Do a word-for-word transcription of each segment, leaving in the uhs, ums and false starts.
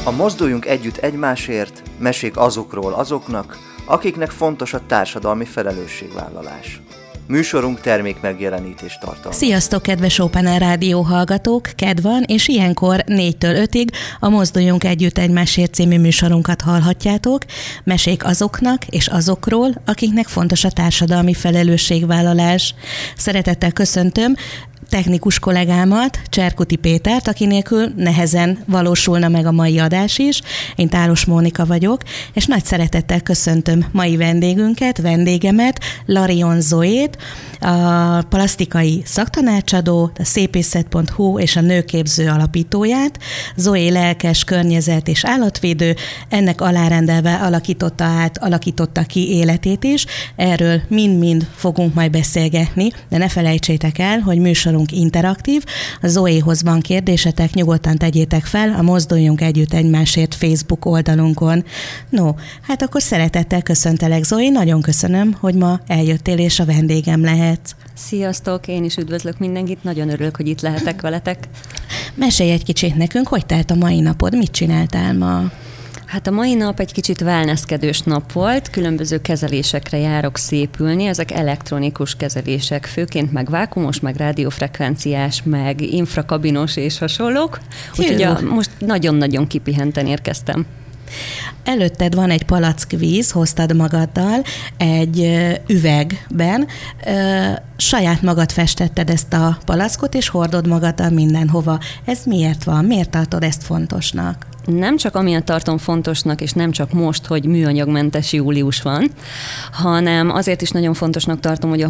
A Mozduljunk együtt egymásért, mesék azokról azoknak, akiknek fontos a társadalmi felelősségvállalás. Műsorunk termék megjelenítést tartalmaz. Sziasztok, kedves Open Air Rádió hallgatók! Kedv van, és ilyenkor négytől ötig a Mozduljunk együtt egymásért című műsorunkat hallhatjátok. Mesék azoknak és azokról, akiknek fontos a társadalmi felelősségvállalás. Szeretettel köszöntöm technikus kollégámat, Cserkuti Pétert, aki nélkül nehezen valósulna meg a mai adás is. Én Tálos Mónika vagyok, és nagy szeretettel köszöntöm mai vendégünket, vendégemet, Larion Zoét, a plasztikai szaktanácsadó, a szépészet pont hu és a Nőképző alapítóját. Zoé lelkes környezet és állatvédő, ennek alárendelve alakította át, alakította ki életét is. Erről mind-mind fogunk majd beszélgetni, de ne felejtsétek el, hogy műsorunk interaktív. A Zoéhoz van kérdésetek, nyugodtan tegyétek fel a Mozduljunk együtt egymásért Facebook oldalunkon. No, hát akkor szeretettel köszöntelek, Zoé, nagyon köszönöm, hogy ma eljöttél és a vendégem lehetsz. Sziasztok, én is üdvözlök mindenkit, nagyon örülök, hogy itt lehetek veletek. Mesélj egy kicsit nekünk, hogy telt a mai napod, mit csináltál ma? Hát a mai nap egy kicsit wellnesskedős nap volt, különböző kezelésekre járok szépülni, ezek elektronikus kezelések, főként meg vákumos, meg rádiófrekvenciás, meg infrakabinos és hasonlók. Úgyhogy a, most nagyon-nagyon kipihenten érkeztem. Előtted van egy palack víz, hoztad magaddal egy üvegben. Saját magad festetted ezt a palackot, és hordod magaddal mindenhova. Ez miért van? Miért tartod ezt fontosnak? Nem csak amiatt tartom fontosnak, és nem csak most, hogy műanyagmentes július van, hanem azért is nagyon fontosnak tartom, hogy a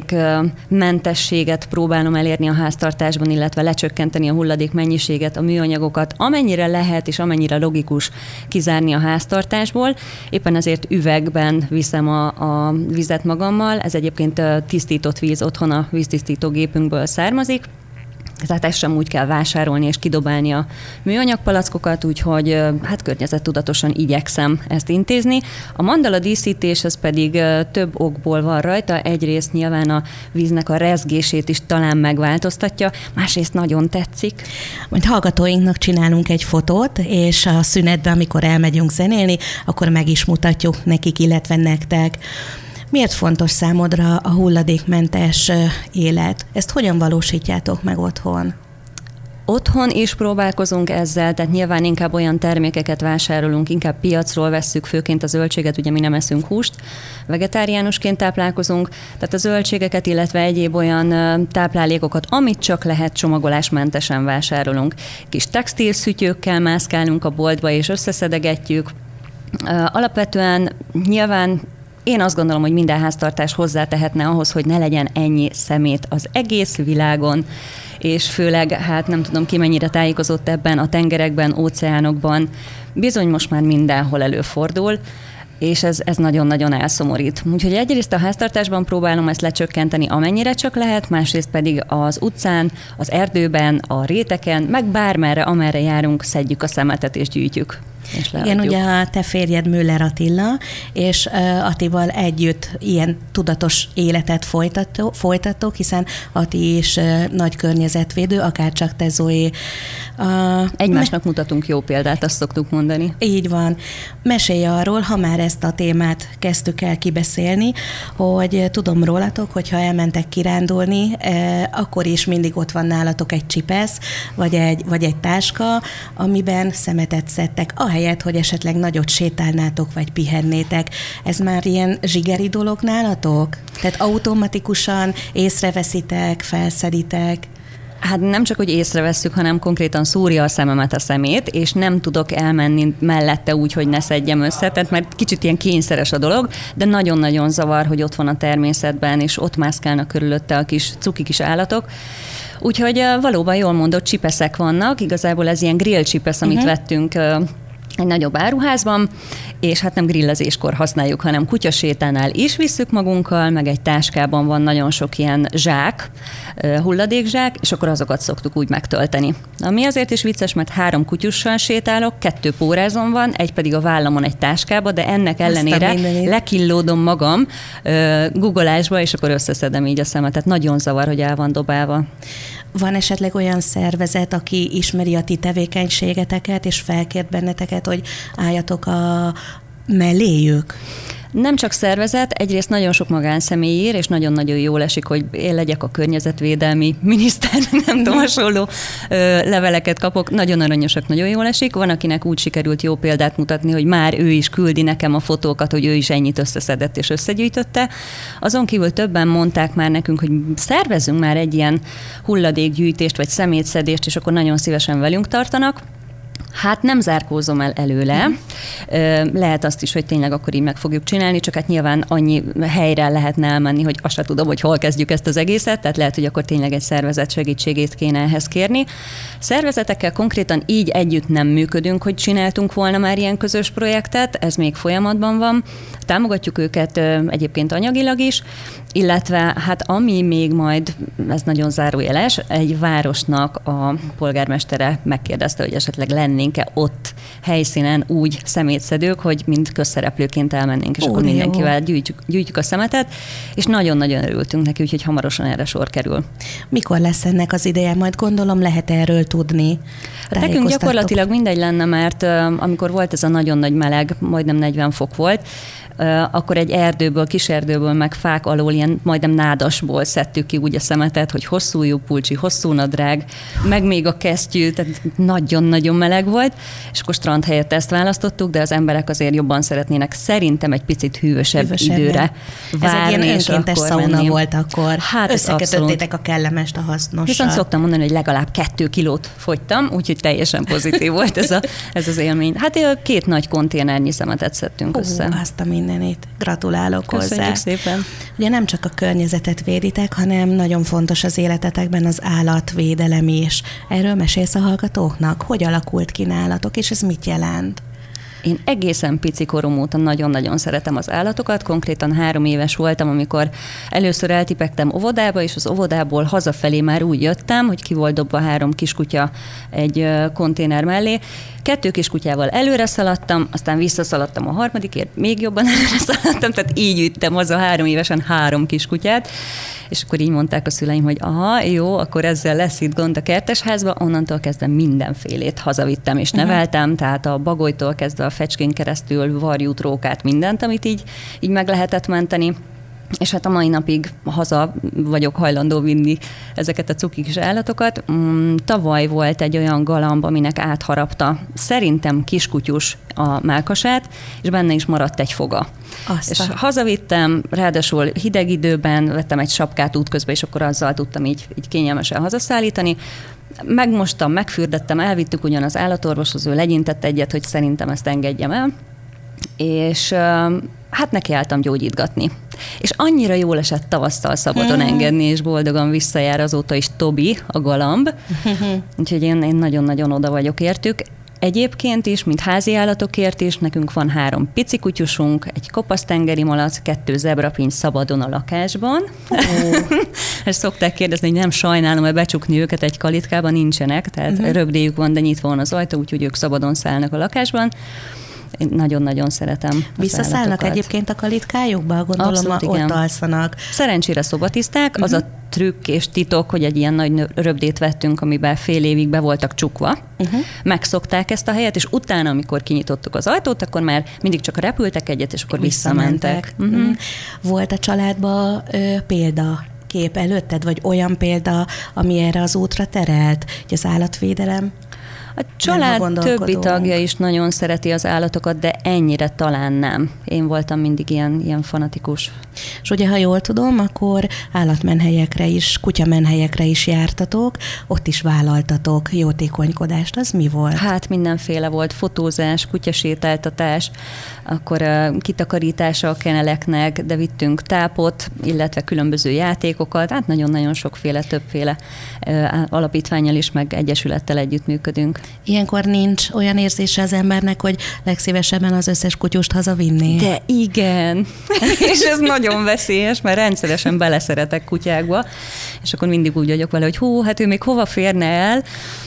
hulladékmentességet próbálom elérni a háztartásban, illetve lecsökkenteni a hulladék mennyiséget, a műanyagokat, amennyire lehet és amennyire logikus kizárni a háztartásból. Éppen ezért üvegben viszem a, a vizet magammal. Ez egyébként tisztított víz, otthon a víztisztító gépünkből származik. Tehát ezt sem úgy kell vásárolni és kidobálni a műanyag palackokat, úgyhogy hát környezettudatosan igyekszem ezt intézni. A mandala díszítés az pedig több okból van rajta. Egyrészt nyilván a víznek a rezgését is talán megváltoztatja, másrészt nagyon tetszik. Majd hallgatóinknak csinálunk egy fotót, és a szünetben, amikor elmegyünk zenélni, akkor meg is mutatjuk nekik, illetve nektek. Miért fontos számodra a hulladékmentes élet? Ezt hogyan valósítjátok meg otthon? Otthon is próbálkozunk ezzel, tehát nyilván inkább olyan termékeket vásárolunk, inkább piacról vesszük, főként a zöldséget, ugye mi nem eszünk húst, vegetáriánusként táplálkozunk, tehát a zöldségeket, illetve egyéb olyan táplálékokat, amit csak lehet, csomagolásmentesen vásárolunk. Kis textilszütyőkkel mászkálunk a boltba és összeszedegetjük. Alapvetően nyilván én azt gondolom, hogy minden háztartás hozzátehetne ahhoz, hogy ne legyen ennyi szemét az egész világon, és főleg, hát nem tudom ki mennyire tájékozott ebben, a tengerekben, óceánokban, bizony most már mindenhol előfordul, és ez, ez nagyon-nagyon elszomorít. Úgyhogy egyrészt a háztartásban próbálom ezt lecsökkenteni, amennyire csak lehet, másrészt pedig az utcán, az erdőben, a réteken, meg bármerre, amerre járunk, szedjük a szemetet és gyűjtjük. Igen, ugye a te férjed Müller Attila, és Attival együtt ilyen tudatos életet folytató, folytatók, hiszen Atti is nagy környezetvédő, akárcsak te, Zoé. Egymásnak me- mutatunk jó példát, azt szoktuk mondani. Így van. Mesélj arról, ha már ezt a témát kezdtük el kibeszélni, hogy tudom rólatok, hogyha elmentek kirándulni, akkor is mindig ott van nálatok egy csipesz, vagy egy, vagy egy táska, amiben szemetet szedtek, ahelyett, hogy esetleg nagyot sétálnátok, vagy pihennétek. Ez már ilyen zsigeri dolog nálatok? Tehát automatikusan észreveszitek, felszeditek? Hát nem csak, hogy észrevesszük, hanem konkrétan szúrja a szememet a szemét, és nem tudok elmenni mellette úgy, hogy ne szedjem össze, tehát mert kicsit ilyen kényszeres a dolog, de nagyon-nagyon zavar, hogy ott van a természetben, és ott mászkálnak körülötte a kis cuki kis állatok. Úgyhogy valóban jól mondott, csipeszek vannak, igazából ez ilyen grill csipesz, amit uh-huh. vettünk egy nagyobb áruházban, és hát nem grillezéskor használjuk, hanem kutyasétánál is visszük magunkkal, meg egy táskában van nagyon sok ilyen zsák, hulladékzsák, és akkor azokat szoktuk úgy megtölteni. Ami azért is vicces, mert három kutyussal sétálok, kettő pórázon van, egy pedig a vállamon egy táskába, de ennek ellenére lekillódom magam googolásba, és akkor összeszedem így a szemetet. Nagyon zavar, hogy el van dobálva. Van esetleg olyan szervezet, aki ismeri a ti tevékenységeteket, és felkért benneteket, hogy álljatok a melléjük? Nem csak szervezet, egyrészt nagyon sok magánszemély ír, és nagyon-nagyon jól esik, hogy én legyek a környezetvédelmi miniszter, nem tudom, hasonló ö, leveleket kapok. Nagyon aranyosak, nagyon jól esik. Van, akinek úgy sikerült jó példát mutatni, hogy már ő is küldi nekem a fotókat, hogy ő is ennyit összeszedett és összegyűjtötte. Azon kívül többen mondták már nekünk, hogy szervezünk már egy ilyen hulladékgyűjtést, vagy szemétszedést, és akkor nagyon szívesen velünk tartanak. Hát nem zárkózom el előle. Lehet azt is, hogy tényleg akkor így meg fogjuk csinálni, csak hát nyilván annyi helyre lehetne elmenni, hogy azt se tudom, hogy hol kezdjük ezt az egészet, tehát lehet, hogy akkor tényleg egy szervezet segítségét kéne ehhez kérni. Szervezetekkel konkrétan így együtt nem működünk, hogy csináltunk volna már ilyen közös projektet, ez még folyamatban van. Támogatjuk őket egyébként anyagilag is, illetve hát ami még majd, ez nagyon zárójeles, egy városnak a polgármestere megkérdezte, hogy esetleg lennénk-e ott helyszínen úgy szemétszedők, hogy mind közszereplőként elmennénk, és Ó, akkor mindenkivel gyűjtjük, gyűjtjük a szemetet, és nagyon-nagyon örültünk neki, úgyhogy hamarosan erre sor kerül. Mikor lesz ennek az ideje? Majd gondolom lehet erről tudni. Nekünk gyakorlatilag mindegy lenne, mert amikor volt ez a nagyon nagy meleg, majdnem negyven fok volt, akkor egy erdőből, kis erdőből, meg fák alól ilyen majdnem nádasból szedtük ki úgy a szemetet, hogy hosszú lyukpulcsi, hosszú nadrág, meg még a kesztyű, tehát nagyon-nagyon meleg volt, és akkor strand helyett ezt választottuk, de az emberek azért jobban szeretnének szerintem egy picit hűvösebb, hűvösebb időre várni. Ez egy ilyen önkéntes szauna menni. Volt akkor. Hát összekötöttétek a kellemest a hasznossal. Viszont szoktam mondani, hogy legalább kettő kilót fogytam, úgyhogy teljesen pozitív volt ez, a, ez az élmény. Hát két nagy konténernyi szemetet szedtünk Hú, össze. Azt a mindenit. Gratulálok Köszönjük hozzá. szépen. Ugye nem csak a környezetet véditek, hanem nagyon fontos az életetekben az állatvédelem is. Erről mesélsz a hallgatóknak? Hogy alakult ki nálatok, és ez mit jelent? Én egészen pici korom óta nagyon-nagyon szeretem az állatokat. Konkrétan három éves voltam, amikor először eltipegtem óvodába, és az óvodából hazafelé már úgy jöttem, hogy ki volt dobva három kiskutya egy konténer mellé. Kettő kiskutyával előre szaladtam, aztán visszaszaladtam a harmadikért, még jobban előre szaladtam, tehát így üttem haza három évesen három kiskutyát, és akkor így mondták a szüleim, hogy aha, jó, akkor ezzel lesz itt gond a kertesházba, onnantól kezdve mindenfélét hazavittem és neveltem, uh-huh. tehát a bagolytól kezdve a fecskén keresztül, varjút, rókát, mindent, amit így, így meg lehetett menteni. És hát a mai napig haza vagyok hajlandó vinni ezeket a cuki kis állatokat. Tavaly volt egy olyan galamb, aminek átharapta szerintem kiskutyus a mellkasát, és benne is maradt egy foga. Azt és a... hazavittem, ráadásul hideg időben vettem egy sapkát útközben, és akkor azzal tudtam így, így kényelmesen hazaszállítani. Megmostam, megfürdettem, elvittük ugyan az állatorvoshoz, ő legyintett egyet, hogy szerintem ezt engedjem el, és hát nekiálltam gyógyítgatni. És annyira jól esett tavasztal szabadon hmm. engedni, és boldogan visszajár azóta is Tobi, a galamb. Úgyhogy én, én nagyon-nagyon oda vagyok értük. Egyébként is, mint házi állatokért is, nekünk van három pici kutyusunk, egy kopasztengeri malac, kettő zebrapinty szabadon a lakásban. Oh. Ezt szokták kérdezni, hogy nem sajnálom-e becsukni őket egy kalitkában, nincsenek, tehát uh-huh. rögdéjük van, de nyitva van az ajtó, úgyhogy ők szabadon szállnak a lakásban. Én nagyon-nagyon szeretem. Visszaszállnak állatokat. Egyébként a kalitkájukba? Gondolom, Abszolút, ott igen. alszanak. Szerencsére szobatiszták. Uh-huh. Az a trükk és titok, hogy egy ilyen nagy röbdét vettünk, amiben fél évig be voltak csukva. Uh-huh. Megszokták ezt a helyet, és utána, amikor kinyitottuk az ajtót, akkor már mindig csak repültek egyet, és akkor visszamentek. visszamentek. Uh-huh. Volt a családban ö, példa kép előtted, vagy olyan példa, ami erre az útra terelt, hogy az állatvédelem? A család többi tagja is nagyon szereti az állatokat, de ennyire talán nem. Én voltam mindig ilyen, ilyen fanatikus. És ugye, ha jól tudom, akkor állatmenhelyekre is, kutyamenhelyekre is jártatok, ott is vállaltatok jótékonykodást. Az mi volt? Hát mindenféle volt. Fotózás, kutyasétáltatás, akkor uh, kitakarítása a keneleknek, de vittünk tápot, illetve különböző játékokat. Hát nagyon-nagyon sokféle, többféle uh, alapítvánnyal is, meg egyesülettel együttműködünk. Ilyenkor nincs olyan érzése az embernek, hogy legszívesebben az összes kutyust hazavinné. De igen, és ez nagyon veszélyes, mert rendszeresen beleszeretek kutyákba, és akkor mindig úgy vagyok vele, hogy hú, hát ő még hova férne el,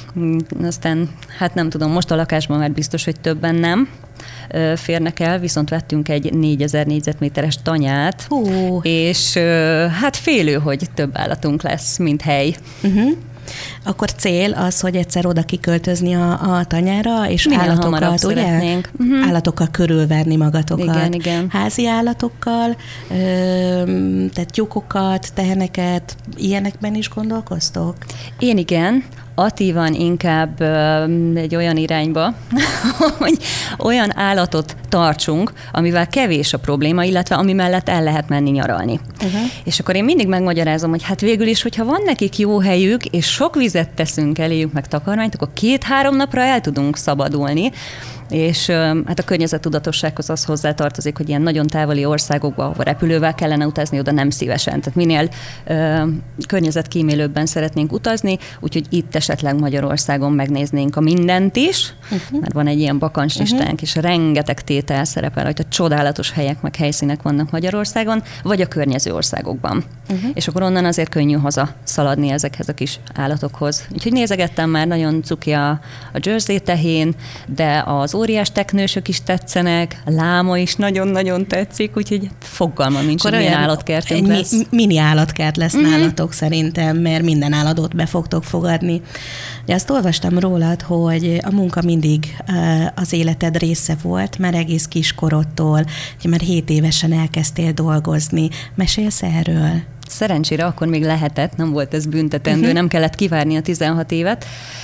aztán hát nem tudom, most a lakásban már biztos, hogy többen nem férnek el, viszont vettünk egy négyezer négyzetméteres tanyát, Hú. és hát félő, hogy több állatunk lesz, mint hely. Uh-huh. Akkor cél az, hogy egyszer oda kiköltözni a, a tanyára, és Minél állatokat, ugye? Uh-huh. Állatokkal körülverni magatokat. Igen, igen. Házi állatokkal, ö, tehát tyúkokat, teheneket, ilyenekben is gondolkoztok? Én igen. Aktívan inkább egy olyan irányba, hogy olyan állatot tartsunk, amivel kevés a probléma, illetve ami mellett el lehet menni nyaralni. Uh-huh. És akkor én mindig megmagyarázom, hogy hát végül is, hogyha van nekik jó helyük, és sok vizet teszünk eléjük, meg takarmányt, akkor két-három napra el tudunk szabadulni. És hát a környezettudatossághoz az hozzátartozik, hogy ilyen nagyon távoli országokba, ahol repülővel kellene utazni, oda nem szívesen. Tehát minél ö, környezetkímélőbben szeretnénk utazni, úgyhogy itt esetleg Magyarországon megnéznénk a mindent is, uh-huh. mert van egy ilyen bakancslistánk, uh-huh. és rengeteg tétel szerepel, hogy a csodálatos helyek meg helyszínek vannak Magyarországon, vagy a környező országokban. Uh-huh. És akkor onnan azért könnyű haza szaladni ezekhez a kis állatokhoz. Úgyhogy nézegettem már, nagyon cuki a, a Jersey tehén, de az óriás teknősök is tetszenek, a láma is nagyon-nagyon tetszik, úgyhogy fogalmam nincs, hogy milyen állatkertünk lesz. Mi, mini állatkert lesz mm-hmm. nálatok szerintem, mert minden állatot be fogtok fogadni. De azt olvastam rólad, hogy a munka mindig az életed része volt, már egész kiskorodtól, hogy már hét évesen elkezdtél dolgozni. Mesélsz erről? Szerencsére akkor még lehetett, nem volt ez büntetendő, uh-huh. nem kellett kivárni a tizenhat évet.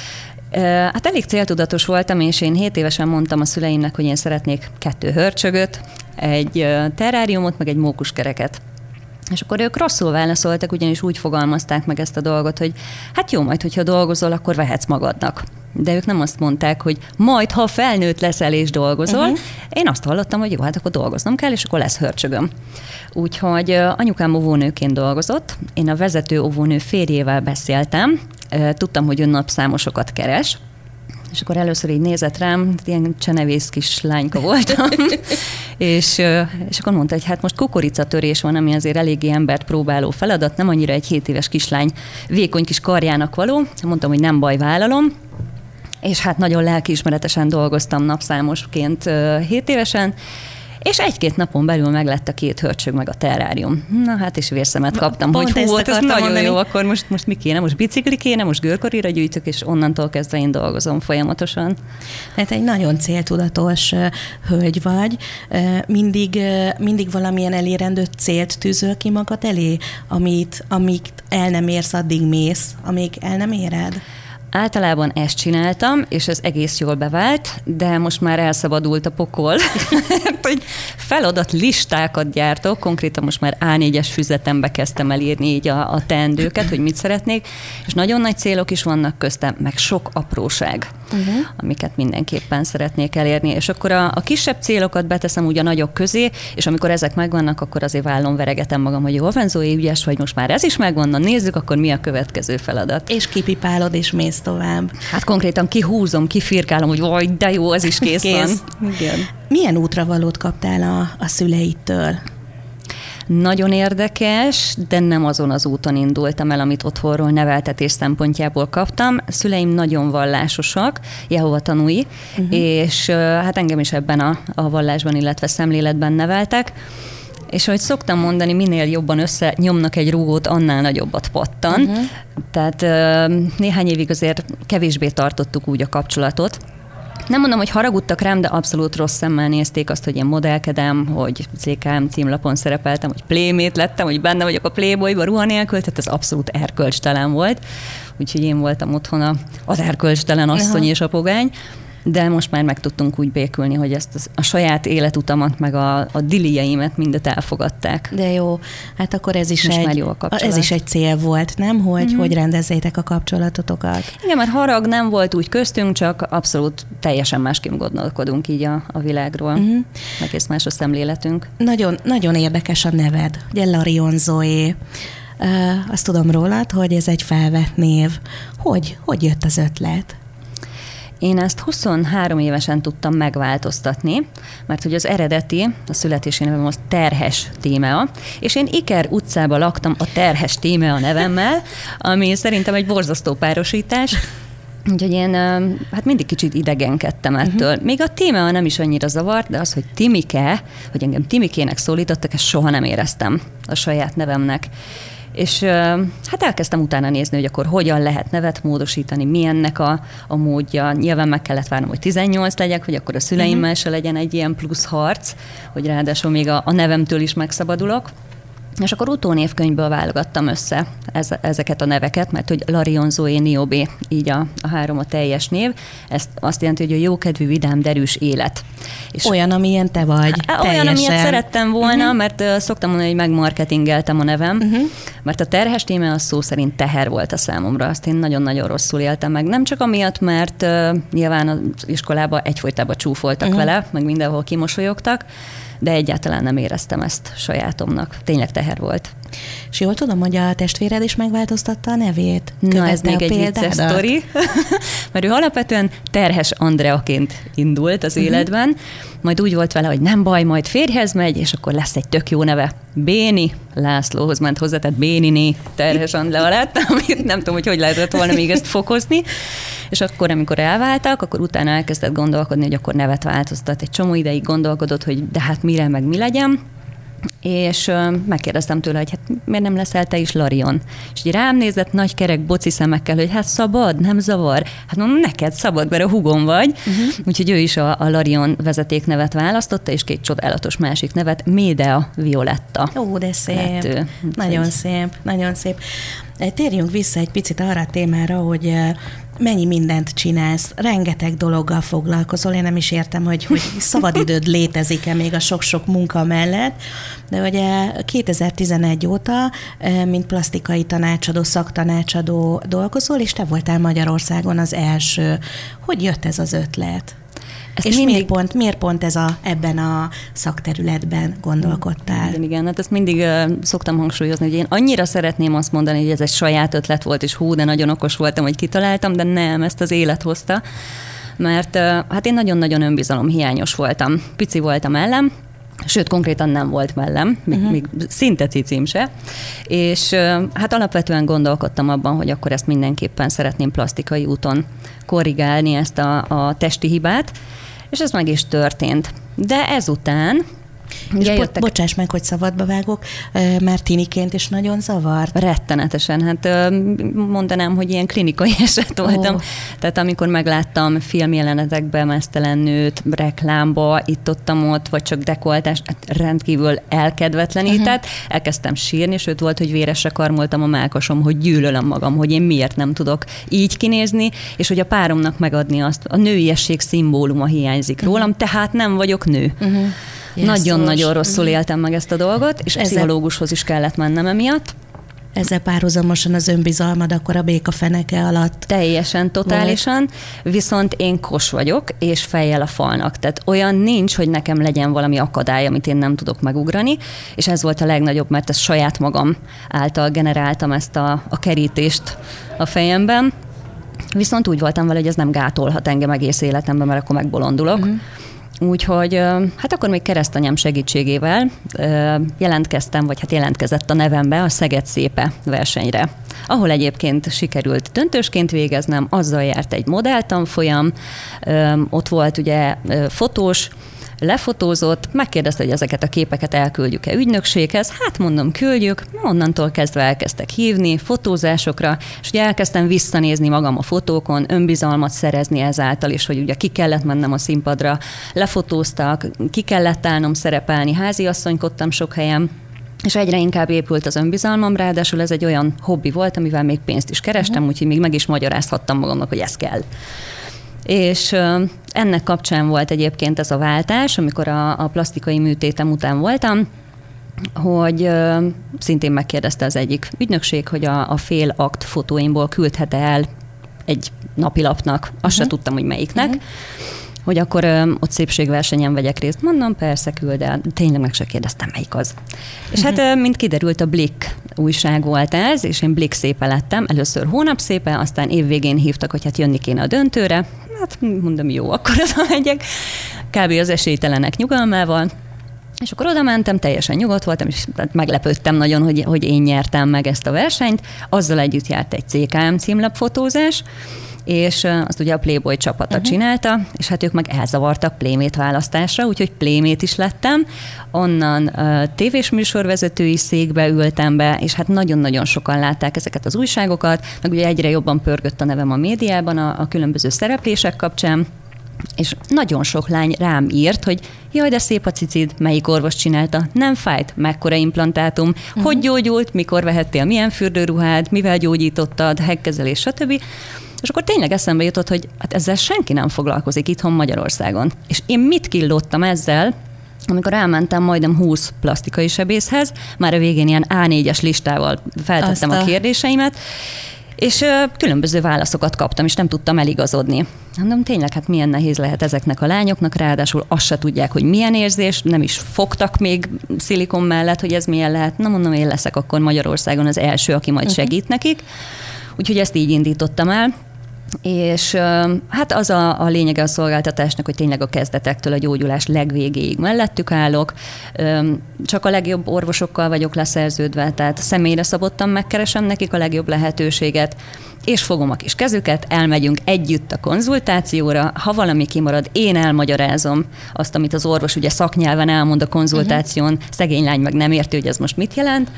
Hát elég céltudatos voltam, és én hét évesen mondtam a szüleimnek, hogy én szeretnék kettő hörcsögöt, egy terráriumot, meg egy mókuskereket. És akkor ők rosszul válaszoltak, ugyanis úgy fogalmazták meg ezt a dolgot, hogy hát jó, majd, hogyha dolgozol, akkor vehetsz magadnak. De ők nem azt mondták, hogy majd, ha felnőtt leszel és dolgozol. Uh-huh. Én azt hallottam, hogy jó, hát akkor dolgoznom kell, és akkor lesz hörcsögöm. Úgyhogy anyukám óvónőként dolgozott, én a vezető óvónő férjével beszéltem, tudtam, hogy ő napszámosokat keres, és akkor először így nézett rám, ilyen csenevész kis lányka voltam, és, és akkor mondta, hogy hát most kukoricatörés van, ami azért eléggé embert próbáló feladat, nem annyira egy hét éves kislány vékony kis karjának való. Mondtam, hogy nem baj, vállalom, és hát nagyon lelkiismeretesen dolgoztam napszámosként hét évesen, és egy-két napon belül meglett a két hörcsög meg a terrárium. Na hát, és vérszemet kaptam, Pont hogy hú, volt, ez nagyon mondani. Jó, akkor most, most mi kéne? Most bicikli kéne, most görkorira gyűjtök, és onnantól kezdve én dolgozom folyamatosan. Hát egy nagyon céltudatos hölgy vagy. Mindig, mindig valamilyen elérendő célt tűzöl ki magad elé, amit, amíg el nem érsz, addig mész, amíg el nem éred? Általában ezt csináltam, és ez egész jól bevált, de most már elszabadult a pokol, hogy feladat listákat gyártok, konkrétan most már á négyes füzetembe kezdtem el írni így a, a teendőket, hogy mit szeretnék, és nagyon nagy célok is vannak köztem, meg sok apróság, uh-huh. amiket mindenképpen szeretnék elérni, és akkor a, a kisebb célokat beteszem úgy a nagyok közé, és amikor ezek megvannak, akkor azért vállon veregetem magam, hogy jó, Zói, ügyes vagy, most már ez is megvan, na nézzük, akkor mi a következő feladat. És kipipálod, és mész tovább. Hát konkrétan kihúzom, kifirkálom, hogy vaj, de jó, ez is kész, kész. van. Igen. Milyen útravalót kaptál a, a szüleidtől? Nagyon érdekes, de nem azon az úton indultam el, amit otthonról neveltetés szempontjából kaptam. A szüleim nagyon vallásosak, Jehova tanúi, uh-huh. és hát engem is ebben a, a vallásban, illetve szemléletben neveltek. És ahogy szoktam mondani, minél jobban összenyomnak egy rúgót, annál nagyobbat pattan. Uh-huh. Tehát néhány évig azért kevésbé tartottuk úgy a kapcsolatot. Nem mondom, hogy haragudtak rám, de abszolút rossz szemmel nézték azt, hogy én modellkedem, hogy cé ká em címlapon szerepeltem, hogy playmate lettem, hogy benne vagyok a Playboyba ruha nélkül, tehát ez abszolút erkölcstelen volt. Úgyhogy én voltam otthon az erkölcstelen asszony Aha. és a pogány. De most már meg tudtunk úgy békülni, hogy ezt az, a saját életutamat, meg a, a dilieimet mindet elfogadták. De jó, hát akkor ez is, most egy, jó a ez is egy cél volt, nem? Hogy, mm-hmm. hogy rendezzétek a kapcsolatotokat. Igen, mert harag nem volt úgy köztünk, csak abszolút teljesen másképp gondolkodunk így a, a világról. Mm-hmm. Egész más a szemléletünk. Nagyon, nagyon érdekes a neved, ugye Larion Zói. Uh, azt tudom rólad, hogy ez egy felvett név. Hogy, hogy jött az ötlet? Én ezt huszonhárom évesen tudtam megváltoztatni, mert hogy az eredeti, a születési nevem az Terhes Tímea, és én Iker utcában laktam a Terhes Tímea nevemmel, ami szerintem egy borzasztó párosítás. Úgyhogy én hát mindig kicsit idegenkedtem ettől. Uh-huh. Még a Tímea nem is annyira zavart, de az, hogy Timike, hogy engem Timikének szólítottak, ezt soha nem éreztem a saját nevemnek. És hát elkezdtem utána nézni, hogy akkor hogyan lehet nevet módosítani, milyennek a, a módja. Nyilván meg kellett várnom, hogy tizennyolc legyek, hogy akkor a szüleimmel uh-huh. se legyen egy ilyen plusz harc, hogy ráadásul még a, a nevemtől is megszabadulok. És akkor utónévkönyvből válogattam össze ez, ezeket a neveket, mert hogy Larion Zoé Niobé, így a, a három a teljes név. Ez azt jelenti, hogy a jókedvű, vidám, derűs élet. És olyan, amilyen te vagy. Olyan, teljesen. Amilyet szerettem volna, uh-huh. mert uh, szoktam mondani, hogy megmarketingeltem a nevem, uh-huh. mert a Terhes Tímea az szó szerint teher volt a számomra. Azt én nagyon-nagyon rosszul éltem meg. Nem csak amiatt, mert uh, nyilván az iskolában egyfolytában csúfoltak uh-huh. vele, meg mindenhol kimosolyogtak, de egyáltalán nem éreztem ezt sajátomnak. Tényleg teher volt. És jól tudom, hogy a testvéred is megváltoztatta a nevét? Követte Na ez még egy vicces sztori, mert ő alapvetően Terhes Andreaként indult az uh-huh. életben, majd úgy volt vele, hogy nem baj, majd férjhez megy, és akkor lesz egy tök jó neve. Béni Lászlóhoz ment hozzá, tehát Béniné Terhes Andrea lett, amit nem tudom, hogy hogy lehetett volna még ezt fokozni. És akkor, amikor elváltak, akkor utána elkezdett gondolkodni, hogy akkor nevet változtat. Egy csomó ideig gondolkodott, hogy de hát mire, meg mi legyen. És uh, megkérdeztem tőle, hogy hát miért nem leszel te is Larion? És így rám nézett nagy kerek boci szemekkel, hogy hát szabad, nem zavar. Hát mondom, neked szabad, mert a hugom vagy. Uh-huh. Úgyhogy ő is a, a Larion vezetéknevet választotta, és két csodálatos másik nevet, Médea Violetta. Ó, de szép. Ő. Nagyon Úgy. szép, nagyon szép. Térjünk vissza egy picit arra a témára, hogy mennyi mindent csinálsz, rengeteg dologgal foglalkozol, én nem is értem, hogy, hogy szabadidőd létezik-e még a sok-sok munka mellett, de ugye kétezer-tizenegy óta, mint plastikai tanácsadó, szaktanácsadó dolgozol, és te voltál Magyarországon az első. Hogy jött ez az ötlet? Ezt és mindig... miért, pont, miért pont ez a, ebben a szakterületben gondolkodtál? Igen, igen, hát ezt mindig uh, szoktam hangsúlyozni, hogy én annyira szeretném azt mondani, hogy ez egy saját ötlet volt, és hú, de nagyon okos voltam, hogy kitaláltam, de nem, ezt az élet hozta, mert uh, hát én nagyon-nagyon önbizalomhiányos voltam. Pici voltam ellen, sőt, konkrétan nem volt mellem, még, uh-huh. még szinte cicim se, és uh, hát alapvetően gondolkodtam abban, hogy akkor ezt mindenképpen szeretném plastikai úton korrigálni, ezt a, a testi hibát, és ez meg is történt. De ezután... És bo- jöttek... bocsáss meg, hogy szabadba vágok, mert tiniként is nagyon zavart. Rettenetesen. Hát mondanám, hogy ilyen klinikai eset voltam. Oh. Tehát amikor megláttam filmjelenetekben meztelen nőt, reklámba, itt-ottam ott, vagy csak dekoltás, hát rendkívül elkedvetlenített. Uh-huh. Elkezdtem sírni, sőt volt, hogy véresre karmoltam a mellkasom, hogy gyűlölöm magam, hogy én miért nem tudok így kinézni, és hogy a páromnak megadni azt, a nőiesség szimbóluma hiányzik uh-huh. rólam, tehát nem vagyok nő. Uh-huh. Nagyon-nagyon rosszul uh-huh. éltem meg ezt a dolgot, és ezzel... pszichológushoz is kellett mennem emiatt. Ezzel párhuzamosan az önbizalmad akkor a békafeneke alatt. Teljesen, totálisan, volt. Viszont én kos vagyok, és fejjel a falnak. Tehát olyan nincs, hogy nekem legyen valami akadály, amit én nem tudok megugrani, és ez volt a legnagyobb, mert ezt saját magam által generáltam ezt a, a kerítést a fejemben. Viszont úgy voltam vele, hogy ez nem gátolhat engem egész életemben, mert akkor megbolondulok. Uh-huh. Úgyhogy hát akkor még keresztanyám segítségével jelentkeztem, vagy hát jelentkezett a nevembe a Szeged Szépe versenyre, ahol egyébként sikerült döntősként végeznem, azzal járt egy modelltanfolyam, ott volt ugye fotós, lefotózott, megkérdezte, hogy ezeket a képeket elküldjük-e ügynökséghez. Hát mondom, küldjük. Onnantól kezdve elkezdtek hívni fotózásokra, és ugye elkezdtem visszanézni magam a fotókon, önbizalmat szerezni ezáltal is, hogy ugye ki kellett mennem a színpadra, lefotóztak, ki kellett állnom szerepelni, háziasszonykodtam sok helyen, és egyre inkább épült az önbizalmam, ráadásul ez egy olyan hobbi volt, amivel még pénzt is kerestem, uh-huh. úgyhogy még meg is magyarázhattam magamnak, hogy ez kell. És ennek kapcsán volt egyébként ez a váltás, amikor a, a plastikai műtétem után voltam, hogy szintén megkérdezte az egyik ügynökség, hogy a, a fél akt fotóimból küldhet el egy napilapnak, azt uh-huh. se tudtam, hogy melyiknek, uh-huh. hogy akkor ö, ott szépségversenyen vegyek részt. Mondom, persze, küld el. Tényleg meg se kérdeztem, melyik az. És hát, ö, mint kiderült, a Blick újság volt ez, és én Blick szépe lettem. Először hónap szépe, aztán évvégén hívtak, hogy hát jönni kéne a döntőre. hát mondom, jó, akkor oda megyek, kb. Az esélytelenek nyugalmával, és akkor oda mentem, teljesen nyugodt voltam, és meglepődtem nagyon, hogy, hogy én nyertem meg ezt a versenyt. Azzal együtt járt egy cé ká em címlapfotózás, és azt ugye a Playboy csapata uh-huh. csinálta, és hát ők meg elzavartak Playmate választásra, úgyhogy Playmate is lettem. Onnan uh, tévés műsorvezetői székbe ültem be, és hát nagyon-nagyon sokan látták ezeket az újságokat, meg ugye egyre jobban pörgött a nevem a médiában a, a különböző szereplések kapcsán, és nagyon sok lány rám írt, hogy jaj, de szép a cicid, melyik orvos csinálta, nem fájt, mekkora implantátum, uh-huh. hogy gyógyult, mikor vehettél, milyen fürdőruhád, mivel gyógyítottad, hegkezelés, stb. És akkor tényleg eszembe jutott, hogy hát ezzel senki nem foglalkozik itthon Magyarországon. És én mit killottam ezzel, amikor elmentem majdnem húsz plastikai sebészhez, már a végén ilyen á négyes listával feltettem a... a kérdéseimet, és ö, különböző válaszokat kaptam, és nem tudtam eligazodni. Mondom, tényleg, hát milyen nehéz lehet ezeknek a lányoknak, ráadásul azt se tudják, hogy milyen érzés, nem is fogtak még szilikon mellett, hogy ez milyen lehet. Na mondom, én leszek akkor Magyarországon az első, aki majd segít nekik. Úgyhogy ezt így indítottam el. És hát az a, a lényege a szolgáltatásnak, hogy tényleg a kezdetektől a gyógyulás legvégéig mellettük állok. Csak a legjobb orvosokkal vagyok leszerződve, tehát személyre szabottan megkeresem nekik a legjobb lehetőséget, és fogom a kis kezüket, elmegyünk együtt a konzultációra, ha valami kimarad, én elmagyarázom azt, amit az orvos ugye szaknyelven elmond a konzultáción, uh-huh. szegény lány meg nem érti, hogy ez most mit jelent.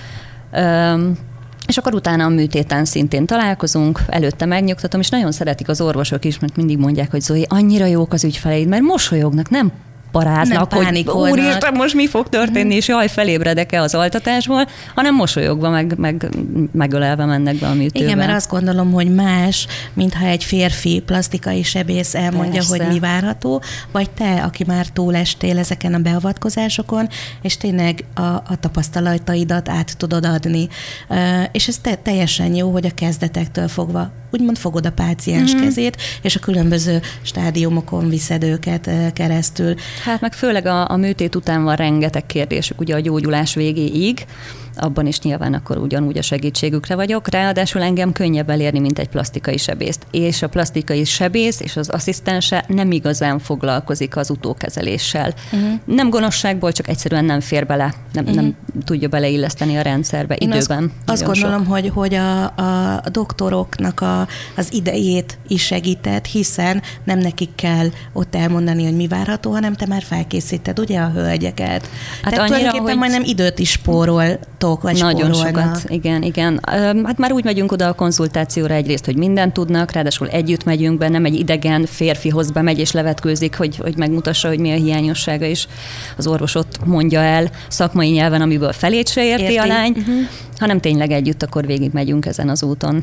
És akkor utána a műtéten szintén találkozunk, előtte megnyugtatom, és nagyon szeretik az orvosok is, mert mindig mondják, hogy Zoe, annyira jók az ügyfeleid, mert mosolyognak, nem paráznak, nem hogy úristen, most mi fog történni, és jaj, felébredek-e az altatásból, hanem mosolyogva, meg, meg megölelve mennek be a műtőbe. Igen, mert azt gondolom, hogy más, mintha egy férfi plastikai sebész elmondja, persze, hogy mi várható, vagy te, aki már túlestél ezeken a beavatkozásokon, és tényleg a, a tapasztalataidat át tudod adni. Uh, és ez te, teljesen jó, hogy a kezdetektől fogva úgymond fogod a páciens mm-hmm. kezét, és a különböző stádiumokon viszed őket uh, keresztül. Hát meg főleg a, a műtét után van rengeteg kérdésük, ugye a gyógyulás végéig, abban is nyilván akkor ugyanúgy a segítségükre vagyok, ráadásul engem könnyebb elérni, mint egy plastikai sebészt. És a plastikai sebész és az asszisztense nem igazán foglalkozik az utókezeléssel. Uh-huh. Nem gonoszságból, csak egyszerűen nem fér bele, nem, uh-huh. nem tudja beleilleszteni a rendszerbe Én időben. Azt, azt gondolom, sok. hogy, hogy a, a doktoroknak a, az idejét is segített, hiszen nem nekik kell ott elmondani, hogy mi várható, hanem te már felkészíted, ugye a hölgyeket. Hát Tehát annyira, tulajdonképpen hogy... majdnem időt is spóroltok, vagy nagyon spórolnak. Sokat, igen, igen. Hát már úgy megyünk oda a konzultációra egyrészt, hogy mindent tudnak, ráadásul együtt megyünk be, nem egy idegen férfihoz bemegy és levetkőzik, hogy, hogy megmutassa, hogy mi a hiányossága, és az orvos ott mondja el szakmai nyelven, amiből felét se érti, érti. a lány, uh-huh. hanem tényleg együtt akkor végig megyünk ezen az úton.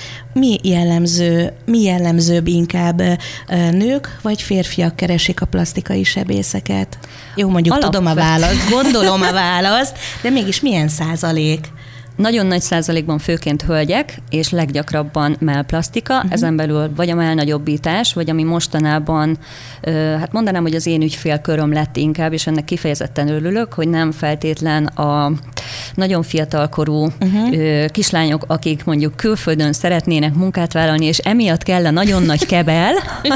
Mi jellemző, mi jellemzőbb inkább nők vagy férfiak keresik a plastikai sebészeket? Jó, mondjuk Alapvet. tudom a választ, gondolom a választ, de mégis milyen százalék? Nagyon nagy százalékban főként hölgyek, és leggyakrabban mellplasztika, uh-huh. ezen belül vagy a mellnagyobbítás, vagy ami mostanában, hát mondanám, hogy az én ügyfélköröm lett inkább, és ennek kifejezetten örülök, hogy nem feltétlen a nagyon fiatalkorú uh-huh. kislányok, akik mondjuk külföldön szeretnének munkát vállalni, és emiatt kell a nagyon nagy kebel,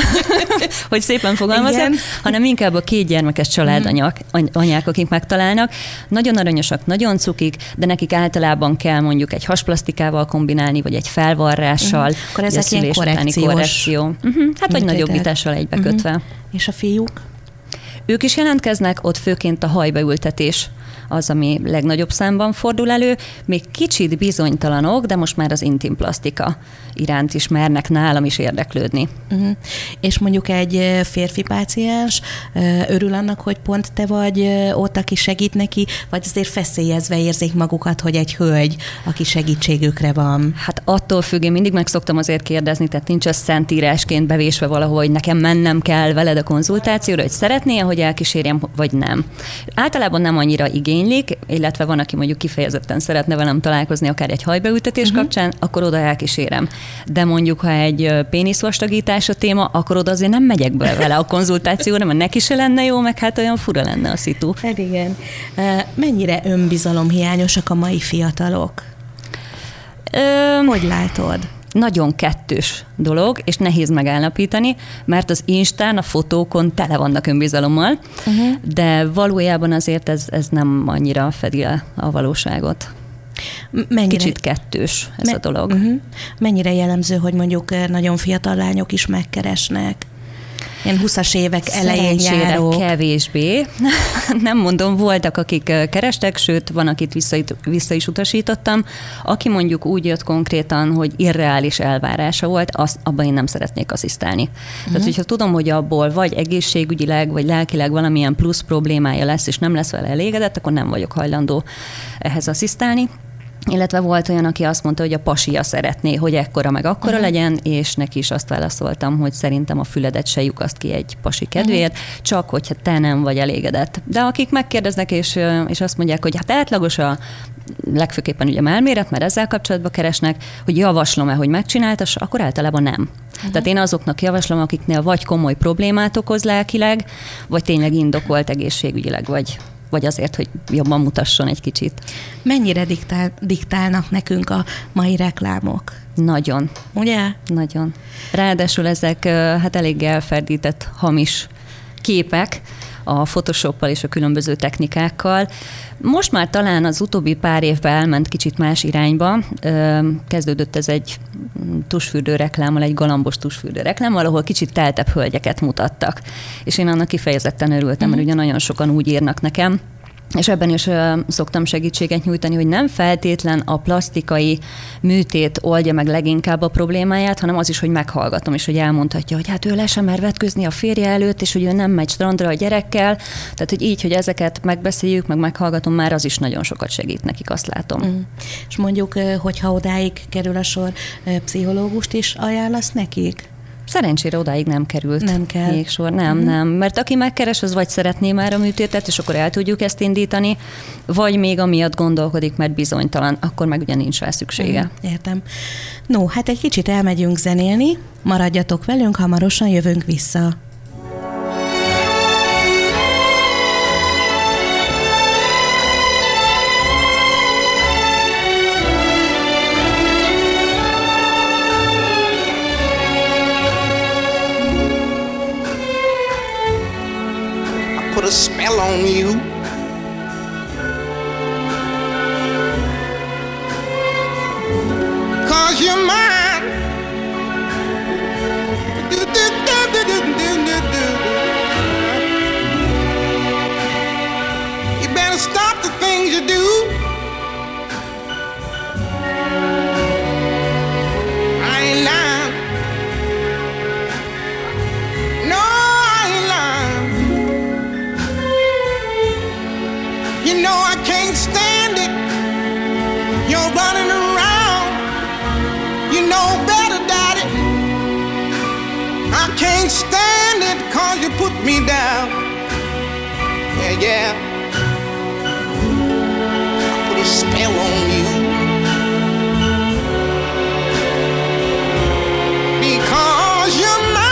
hogy szépen fogalmazom, hanem inkább a kétgyermekes családanyák, anyák, akik megtalálnak. Nagyon aranyosak, nagyon cukik, de nekik általában kell mondjuk egy hasplasztikával kombinálni, vagy egy felvarrással. Uh-huh. Akkor ezek ilyen korrekciós. Korrekció. Uh-huh. Hát vagy nagyobbítással egybekötve. Uh-huh. És a fiúk? Ők is jelentkeznek, ott főként a hajbeültetés az, ami legnagyobb számban fordul elő. Még kicsit bizonytalanok, de most már az intim plasztika iránt is mernek nálam is érdeklődni. Uh-huh. És mondjuk egy férfi páciens örül annak, hogy pont te vagy ott, aki segít neki, vagy azért feszélyezve érzik magukat, hogy egy hölgy, aki segítségükre van? Hát attól függ, én mindig meg szoktam azért kérdezni, tehát nincs az szentírásként bevésve valahol, hogy nekem mennem kell veled a konzultációra, hogy szeretnél, hogy elkísérjem, vagy nem. Általában nem annyira igénylik, illetve van, aki mondjuk kifejezetten szeretne velem találkozni, akár egy hajbeültetés uh-huh. kapcsán, akkor oda elkísérem. De mondjuk, ha egy péniszvastagítás a téma, akkor oda azért nem megyek be vele a konzultációra, mert neki se lenne jó, meg hát olyan fura lenne a szitu. Hát igen. Mennyire önbizalomhiányosak a mai fiatalok? Öm, hogy látod? nagyon kettős dolog, és nehéz megállapítani, mert az Instán, a fotókon tele vannak önbizalommal, uh-huh. de valójában azért ez, ez nem annyira fedi a, a valóságot. Mennyire, Kicsit kettős ez me- a dolog. Uh-huh. Mennyire jellemző, hogy mondjuk nagyon fiatal lányok is megkeresnek? Ilyen huszas évek elején járó. Kevésbé. Nem mondom, voltak, akik kerestek, sőt, van, akit vissza, vissza is utasítottam. Aki mondjuk úgy jött konkrétan, hogy irreális elvárása volt, azt, abban én nem szeretnék asszisztálni. Uh-huh. Tehát, hogyha tudom, hogy abból vagy egészségügyileg, vagy lelkileg valamilyen plusz problémája lesz, és nem lesz vele elégedett, akkor nem vagyok hajlandó ehhez asszisztálni. Illetve volt olyan, aki azt mondta, hogy a pasia szeretné, hogy ekkora meg akkora uh-huh. legyen, és neki is azt válaszoltam, hogy szerintem a füledet se lyukaszt ki egy pasi kedvéért, uh-huh. csak hogyha te nem vagy elégedett. De akik megkérdeznek, és, és azt mondják, hogy hát átlagos a legfőképpen ugye melméret, mert ezzel kapcsolatban keresnek, hogy javaslom-e, hogy megcsináltass, akkor általában nem. Uh-huh. Tehát én azoknak javaslom, akiknél vagy komoly problémát okoz lelkileg, vagy tényleg indokolt egészségügyileg, vagy vagy azért, hogy jobban mutasson egy kicsit. Mennyire diktál, diktálnak nekünk a mai reklámok? Nagyon. Ugye? Nagyon. Ráadásul ezek hát elég elferdített, hamis képek a Photoshoppal és a különböző technikákkal. Most már talán az utóbbi pár évben elment kicsit más irányba. Kezdődött ez egy tusfürdő reklámmal, egy galambos tusfürdő reklámmal, ahol kicsit teltebb hölgyeket mutattak. És én annak kifejezetten örültem, mert ugye nagyon sokan úgy írnak nekem, és ebben is uh, szoktam segítséget nyújtani, hogy nem feltétlen a plasztikai műtét oldja meg leginkább a problémáját, hanem az is, hogy meghallgatom, és hogy elmondhatja, hogy hát ő le sem mer vetkőzni a férje előtt, és hogy ő nem megy strandra a gyerekkel. Tehát, hogy így, hogy ezeket megbeszéljük, meg meghallgatom, már az is nagyon sokat segít nekik, azt látom. Mm. És mondjuk, hogyha odáig kerül a sor, pszichológust is ajánlasz nekik? Szerencsére odáig nem került. Nem kell. Még sor. Nem, mm. nem. Mert aki megkeres, az vagy szeretné már a műtétet, és akkor el tudjuk ezt indítani, vagy még amiatt gondolkodik, mert bizonytalan, akkor meg ugye nincs rá szüksége. Mm, értem. No, hát egy kicsit elmegyünk zenélni, maradjatok velünk, hamarosan jövünk vissza. Put a spell on you. Cause you're mine. Do, do, do, do, do, do, do, do. You better stop the things you do. I ain't lying. No, I ain't lying. You know I can't stand it. You're running around. You know better, Daddy. I can't stand it cause you put me down. Yeah, yeah. I put a spell on you. Because you're mine.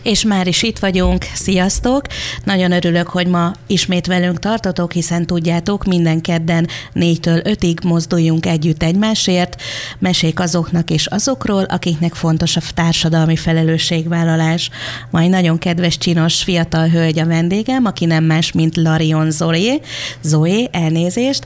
És már is itt vagyunk, sziasztok! Nagyon örülök, hogy ma ismét velünk tartotok, hiszen tudjátok, minden kedden négytől ötig mozduljunk együtt egymásért, mesék azoknak és azokról, akiknek fontos a társadalmi felelősségvállalás. Majd nagyon kedves, csinos fiatal hölgy a vendégem, aki nem más, mint Larion Zoé, Zoé, elnézést,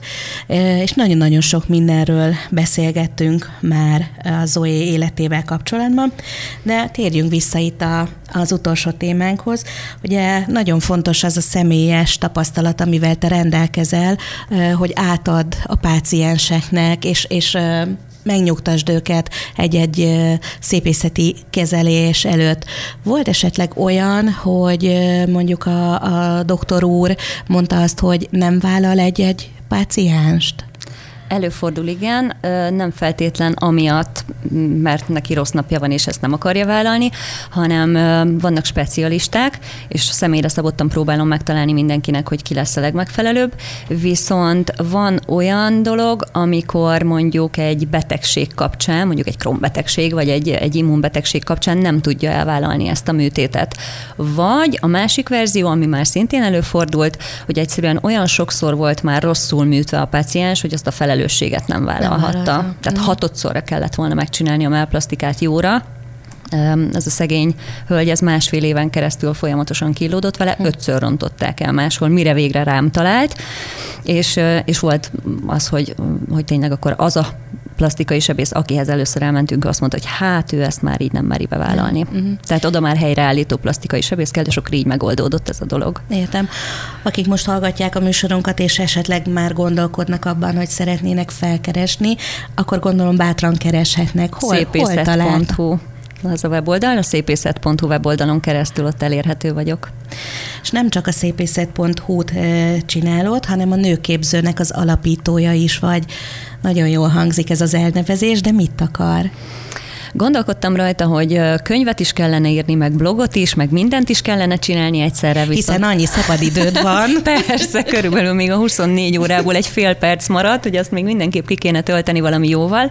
és nagyon-nagyon sok mindenről beszélgettünk már a Zoé életével kapcsolatban, de térjünk vissza itt a, az utolsó témánkhoz. Ugye nagyon fontos az a személyes tapasztalat, amivel te rendelkezel, hogy átad a pácienseknek, és, és megnyugtasd őket egy-egy szépészeti kezelés előtt. Volt esetleg olyan, hogy mondjuk a, a doktor úr mondta azt, hogy nem vállal egy-egy pácienst? Előfordul, igen, nem feltétlen amiatt, mert neki rossz napja van, és ezt nem akarja vállalni, hanem vannak specialisták, és személyre szabottan próbálom megtalálni mindenkinek, hogy ki lesz a legmegfelelőbb, viszont van olyan dolog, amikor mondjuk egy betegség kapcsán, mondjuk egy Crohn-betegség, vagy egy, egy immunbetegség kapcsán nem tudja elvállalni ezt a műtétet. Vagy a másik verzió, ami már szintén előfordult, hogy egyszerűen olyan sokszor volt már rosszul műtve a páciens, hogy azt a felelősséget nem vállalhatta. Nem Tehát mm. hatodszorra kellett volna megcsinálni a mellplasztikát jóra. Ez a szegény hölgy, ez másfél éven keresztül folyamatosan kínlódott vele, hm. ötször rontották el máshol, mire végre rám talált, és, és volt az, hogy, hogy tényleg akkor az a plasztikai sebész, akihez először elmentünk, azt mondta, hogy hát ő ezt már így nem meri bevállalni. Mm. Tehát oda már helyreállító plasztikai sebész kell, és akkor így megoldódott ez a dolog. Értem. Akik most hallgatják a műsorunkat, és esetleg már gondolkodnak abban, hogy szeretnének felkeresni, akkor gondolom bátran kereshetnek. Hol, hol találnak? Az a weboldal, a szépészet pont hu weboldalon keresztül ott elérhető vagyok. És nem csak a szépészet pont hu-t csinálod, hanem a nőképzőnek az alapítója is vagy. Nagyon jól hangzik ez az elnevezés, de mit akar? Gondolkodtam rajta, hogy könyvet is kellene írni, meg blogot is, meg mindent is kellene csinálni egyszerre. Viszont... Hiszen annyi szabadidőd van. Persze, körülbelül még a huszonnégy órából egy fél perc maradt, hogy azt még mindenképp ki kéne tölteni valami jóval.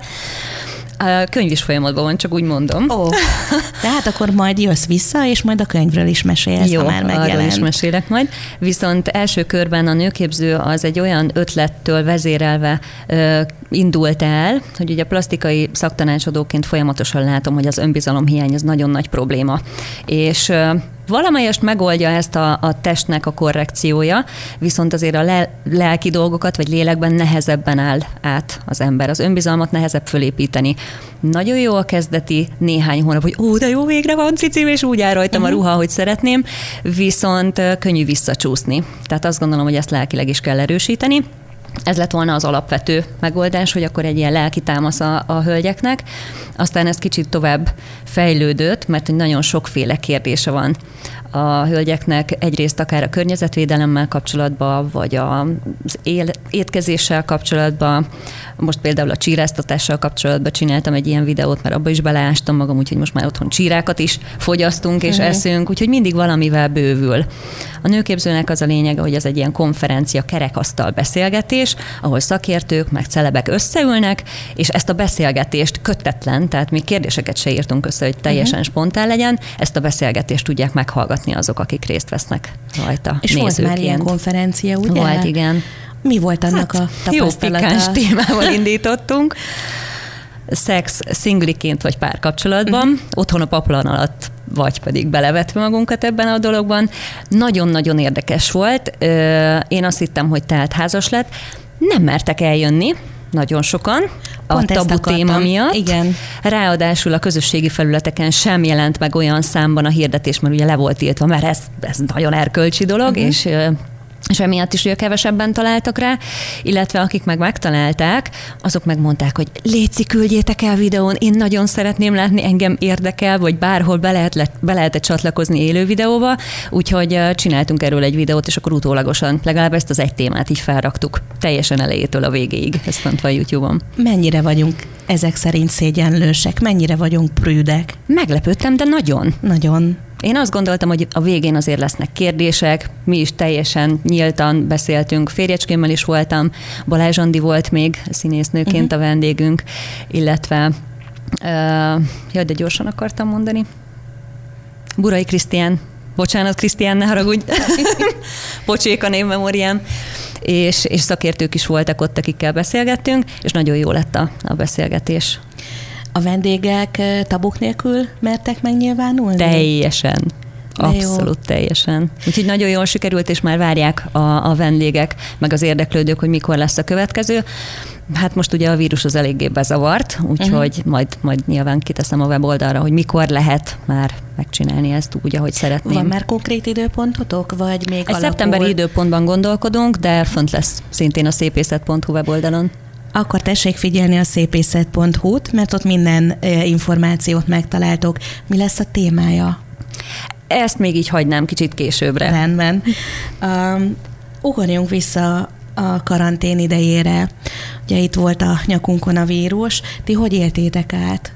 A könyv is folyamatban van, csak úgy mondom. Ó, tehát akkor majd jössz vissza, és majd a könyvről is mesélsz, Jó, ha már megjelent. arról is mesélek majd. Viszont első körben a nőképző az egy olyan ötlettől vezérelve ö, indult el, hogy ugye plasztikai szaktanácsadóként folyamatosan látom, hogy az önbizalomhiány az nagyon nagy probléma. És ö, valamelyest megoldja ezt a, a testnek a korrekciója, viszont azért a le, lelki dolgokat, vagy lélekben nehezebben áll át az ember. Az önbizalmat nehezebb fölépíteni. Nagyon jó a kezdeti néhány hónap, hogy ó, de jó, végre van cicim, és úgy áll rajtam uh-huh. a ruha, ahogy szeretném, viszont könnyű visszacsúszni. Tehát azt gondolom, hogy ezt lelkileg is kell erősíteni. Ez lett volna az alapvető megoldás, hogy akkor egy ilyen lelki támasz a, a hölgyeknek. Aztán ez kicsit tovább fejlődött, mert nagyon sokféle kérdése van a hölgyeknek, egyrészt akár a környezetvédelemmel kapcsolatban, vagy az étkezéssel kapcsolatban. Most például a csíráztatással kapcsolatban csináltam egy ilyen videót, mert abba is beleástam magam, úgyhogy most már otthon csírákat is fogyasztunk és uh-huh. eszünk, úgyhogy mindig valamivel bővül. A nőképzőnek az a lényege, hogy ez egy ilyen konferencia, kerekasztal beszélgetés, ahol szakértők meg celebek összeülnek, és ezt a beszélgetést kötetlen, tehát még kérdéseket se írtunk össze, hogy teljesen uh-huh. spontán legyen, ezt a beszélgetést tudják meghallgatni azok, akik részt vesznek rajta. És nézőként. Volt már ilyen konferencia, ugye? Volt, igen. Mi volt annak hát, a tapasztalata? Jó pikáns témával indítottunk. Szex szingliként vagy párkapcsolatban, uh-huh. otthon a paplan alatt, vagy pedig belevetve magunkat ebben a dologban. Nagyon-nagyon érdekes volt. Én azt hittem, hogy tehát házas lett. Nem mertek eljönni, nagyon sokan, Pont a tabu téma miatt. Igen. Ráadásul a közösségi felületeken sem jelent meg olyan számban a hirdetés, mert ugye le volt tiltva, mert ez, ez nagyon erkölcsi dolog, uh-huh. és és emiatt is ugye kevesebben találtak rá, illetve akik meg megtalálták, azok megmondták, hogy léci, küldjétek el videón, én nagyon szeretném látni, engem érdekel, vagy bárhol be lehet, be lehet csatlakozni élő videóba, úgyhogy csináltunk erről egy videót, és akkor utólagosan legalább ezt az egy témát így felraktuk, teljesen elejétől a végéig, ez fent van YouTube-on. Mennyire vagyunk ezek szerint szégyenlősek, mennyire vagyunk prűdek? Meglepődtem, de nagyon. Nagyon. Én azt gondoltam, hogy a végén azért lesznek kérdések, mi is teljesen nyíltan beszéltünk, férjecskémmel is voltam, Balázs Andi volt még színésznőként uh-huh. a vendégünk, illetve, uh, jaj, de gyorsan akartam mondani, Burai Krisztián, bocsánat Krisztián, ne haragudj, pocsék a névmemóriám, és, és szakértők is voltak ott, akikkel beszélgettünk, és nagyon jó lett a, a beszélgetés. A vendégek tabuk nélkül mertek megnyilvánulni? Teljesen. Abszolút teljesen. Úgyhogy nagyon jól sikerült, és már várják a, a vendégek, meg az érdeklődők, hogy mikor lesz a következő. Hát most ugye a vírus az eléggé bezavart, úgyhogy uh-huh. majd, majd nyilván kiteszem a weboldalra, hogy mikor lehet már megcsinálni ezt úgy, ahogy szeretném. Van már konkrét időpontotok, vagy még Egy alapul? szeptemberi időpontban gondolkodunk, de fönt lesz szintén a szépészet pont hu weboldalon. Akkor tessék figyelni a szépészet pont hu-t, mert ott minden információt megtaláltok. Mi lesz a témája? Ezt még így hagynám kicsit későbbre. Rendben. Um, ugorjunk vissza a karantén idejére. Ugye itt volt a nyakunkon a vírus. Ti hogy éltétek át?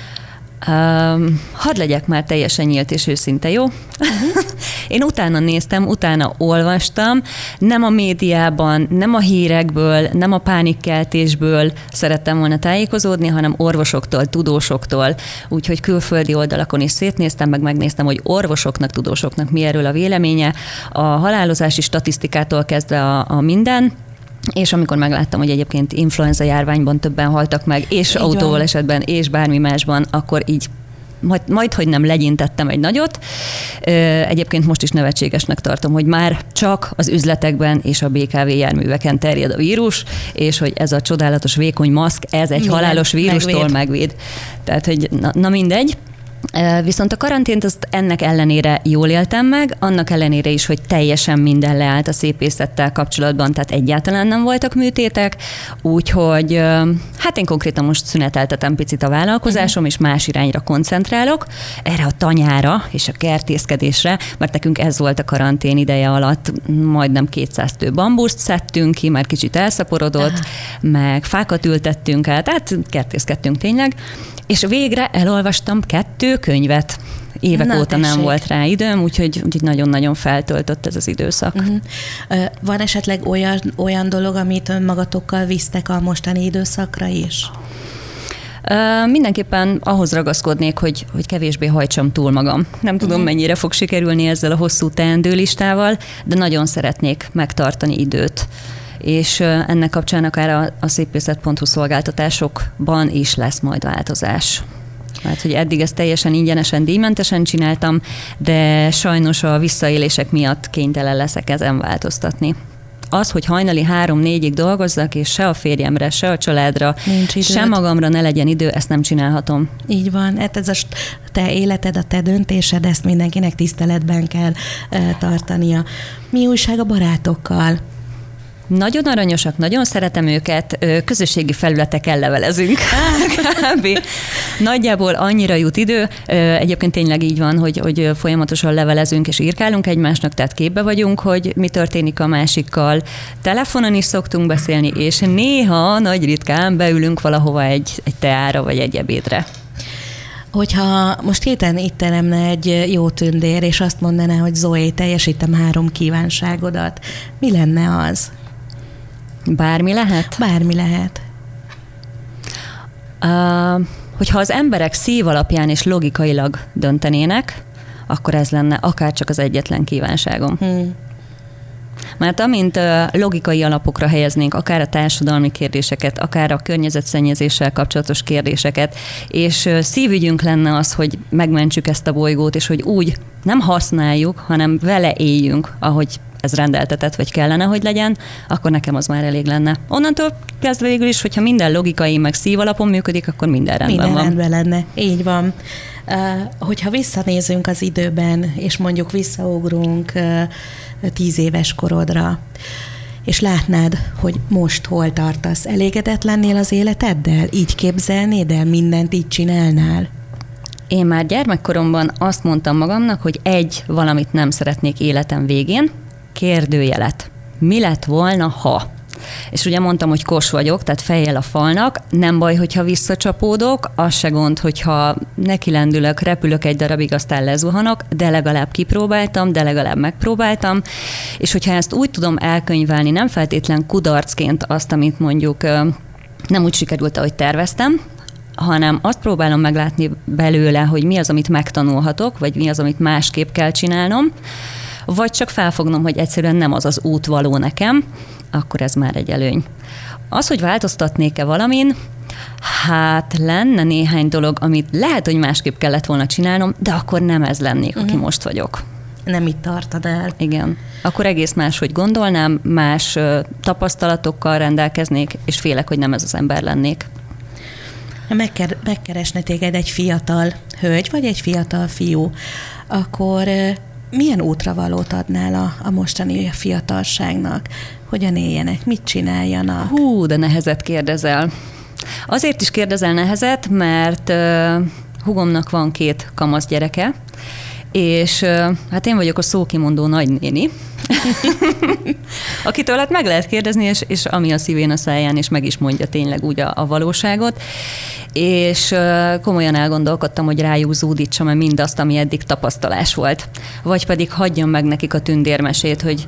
Um, hadd legyek már teljesen nyílt és őszinte, jó? Uh-huh. Én utána néztem, utána olvastam, nem a médiában, nem a hírekből, nem a pánikkeltésből szerettem volna tájékozódni, hanem orvosoktól, tudósoktól, úgyhogy külföldi oldalakon is szétnéztem, meg megnéztem, hogy orvosoknak, tudósoknak mi erről a véleménye, a halálozási statisztikától kezdve a, a minden, és amikor megláttam, hogy egyébként influenza járványban többen haltak meg, és autóbalesetben, és bármi másban, akkor így majd, majd, hogy nem legyintettem egy nagyot. Egyébként most is nevetségesnek tartom, hogy már csak az üzletekben és a bé ká vé járműveken terjed a vírus, és hogy ez a csodálatos vékony maszk, ez egy igen, halálos vírustól megvéd. megvéd. Tehát, hogy na, na mindegy. Viszont a karantént azt ennek ellenére jól éltem meg, annak ellenére is, hogy teljesen minden leállt a szépészettel kapcsolatban, tehát egyáltalán nem voltak műtétek, úgyhogy hát én konkrétan most szüneteltetem picit a vállalkozásom, és más irányra koncentrálok, erre a tanyára és a kertészkedésre, mert nekünk ez volt a karantén ideje alatt, majdnem kétszáz tő bambuszt szedtünk ki, már kicsit elszaporodott, ah. meg fákat ültettünk át, tehát kertészkedtünk tényleg, és végre elolvastam kettő könyvet. Évek Na, óta tessék. nem volt rá időm, úgyhogy, úgyhogy nagyon-nagyon feltöltött ez az időszak. Uh-huh. Van esetleg olyan, olyan dolog, amit önmagatokkal visztek a mostani időszakra is? Uh, mindenképpen ahhoz ragaszkodnék, hogy, hogy kevésbé hajtsam túl magam. Nem tudom, uh-huh. mennyire fog sikerülni ezzel a hosszú teendő listával, de nagyon szeretnék megtartani időt. És ennek kapcsán akár a, a szépészet pont hu szolgáltatásokban is lesz majd változás. Hát, hogy eddig ezt teljesen ingyenesen, díjmentesen csináltam, de sajnos a visszaélések miatt kénytelen leszek ezen változtatni. Az, hogy hajnali három-négyig dolgozzak, és se a férjemre, se a családra, se magamra ne legyen idő, ezt nem csinálhatom. Így van, hát ez a te életed, a te döntésed, ezt mindenkinek tiszteletben kell tartania. Mi újság a barátokkal? Nagyon aranyosak, nagyon szeretem őket, közösségi felületeken levelezünk. Kb. Nagyjából annyira jut idő. Egyébként tényleg így van, hogy, hogy folyamatosan levelezünk és írkálunk egymásnak, tehát képbe vagyunk, hogy mi történik a másikkal. Telefonon is szoktunk beszélni, és néha nagy ritkán beülünk valahova egy, egy teára vagy egy ebédre. Hogyha most héten itt teremne egy jó tündér, és azt mondaná, hogy Zoé, teljesítem három kívánságodat, mi lenne az? Bármi lehet? Bármi lehet. Uh, hogyha az emberek szív alapján és logikailag döntenének, akkor ez lenne akár csak az egyetlen kívánságom. Hmm. Mert amint logikai alapokra helyeznénk akár a társadalmi kérdéseket, akár a környezetszennyezéssel kapcsolatos kérdéseket, és szívügyünk lenne az, hogy megmentsük ezt a bolygót, és hogy úgy nem használjuk, hanem vele éljünk, ahogy ez rendeltetett, vagy kellene, hogy legyen, akkor nekem az már elég lenne. Onnantól kezdve végül is, hogyha minden logikai, meg szív alapon működik, akkor minden rendben minden van. Minden rendben lenne, így van. Uh, hogyha visszanézünk az időben, és mondjuk visszaugrunk uh, tíz éves korodra, és látnád, hogy most hol tartasz, elégedett lennél az életeddel? Így képzelnéd el, mindent így csinálnál? Én már gyermekkoromban azt mondtam magamnak, hogy egy valamit nem szeretnék életem végén, kérdőjelet. Mi lett volna, ha? És ugye mondtam, hogy kos vagyok, tehát fejjel a falnak, nem baj, hogyha visszacsapódok, az se gond, hogyha nekilendülök, repülök egy darabig, aztán lezuhanok, de legalább kipróbáltam, de legalább megpróbáltam, és hogyha ezt úgy tudom elkönyvelni, nem feltétlen kudarcként azt, amit mondjuk nem úgy sikerült, ahogy terveztem, hanem azt próbálom meglátni belőle, hogy mi az, amit megtanulhatok, vagy mi az, amit másképp kell csinálnom, vagy csak felfognom, hogy egyszerűen nem az az út való nekem, akkor ez már egy előny. Az, hogy változtatnék-e valamin, hát lenne néhány dolog, amit lehet, hogy másképp kellett volna csinálnom, de akkor nem ez lennék, aki uh-huh. most vagyok. Nem itt tartad el. Igen. Akkor egész máshogy gondolnám, más uh, tapasztalatokkal rendelkeznék, és félek, hogy nem ez az ember lennék. Megker- megkeresne téged egy fiatal hölgy, vagy egy fiatal fiú, akkor uh, milyen útravalót adnál a, a mostani fiatalságnak? Hogyan éljenek? Mit csináljanak? Hú, de nehezet kérdezel. Azért is kérdezel nehezet, mert uh, hugomnak van két kamasz gyereke, és uh, hát én vagyok a szókimondó nagynéni, akitől hát meg lehet kérdezni, és, és ami a szívén a száján, és meg is mondja tényleg úgy a, a valóságot. És uh, komolyan elgondolkodtam, hogy rájuk zúdítsam-e mindazt, ami eddig tapasztalás volt. Vagy pedig hagyjam meg nekik a tündérmesét, hogy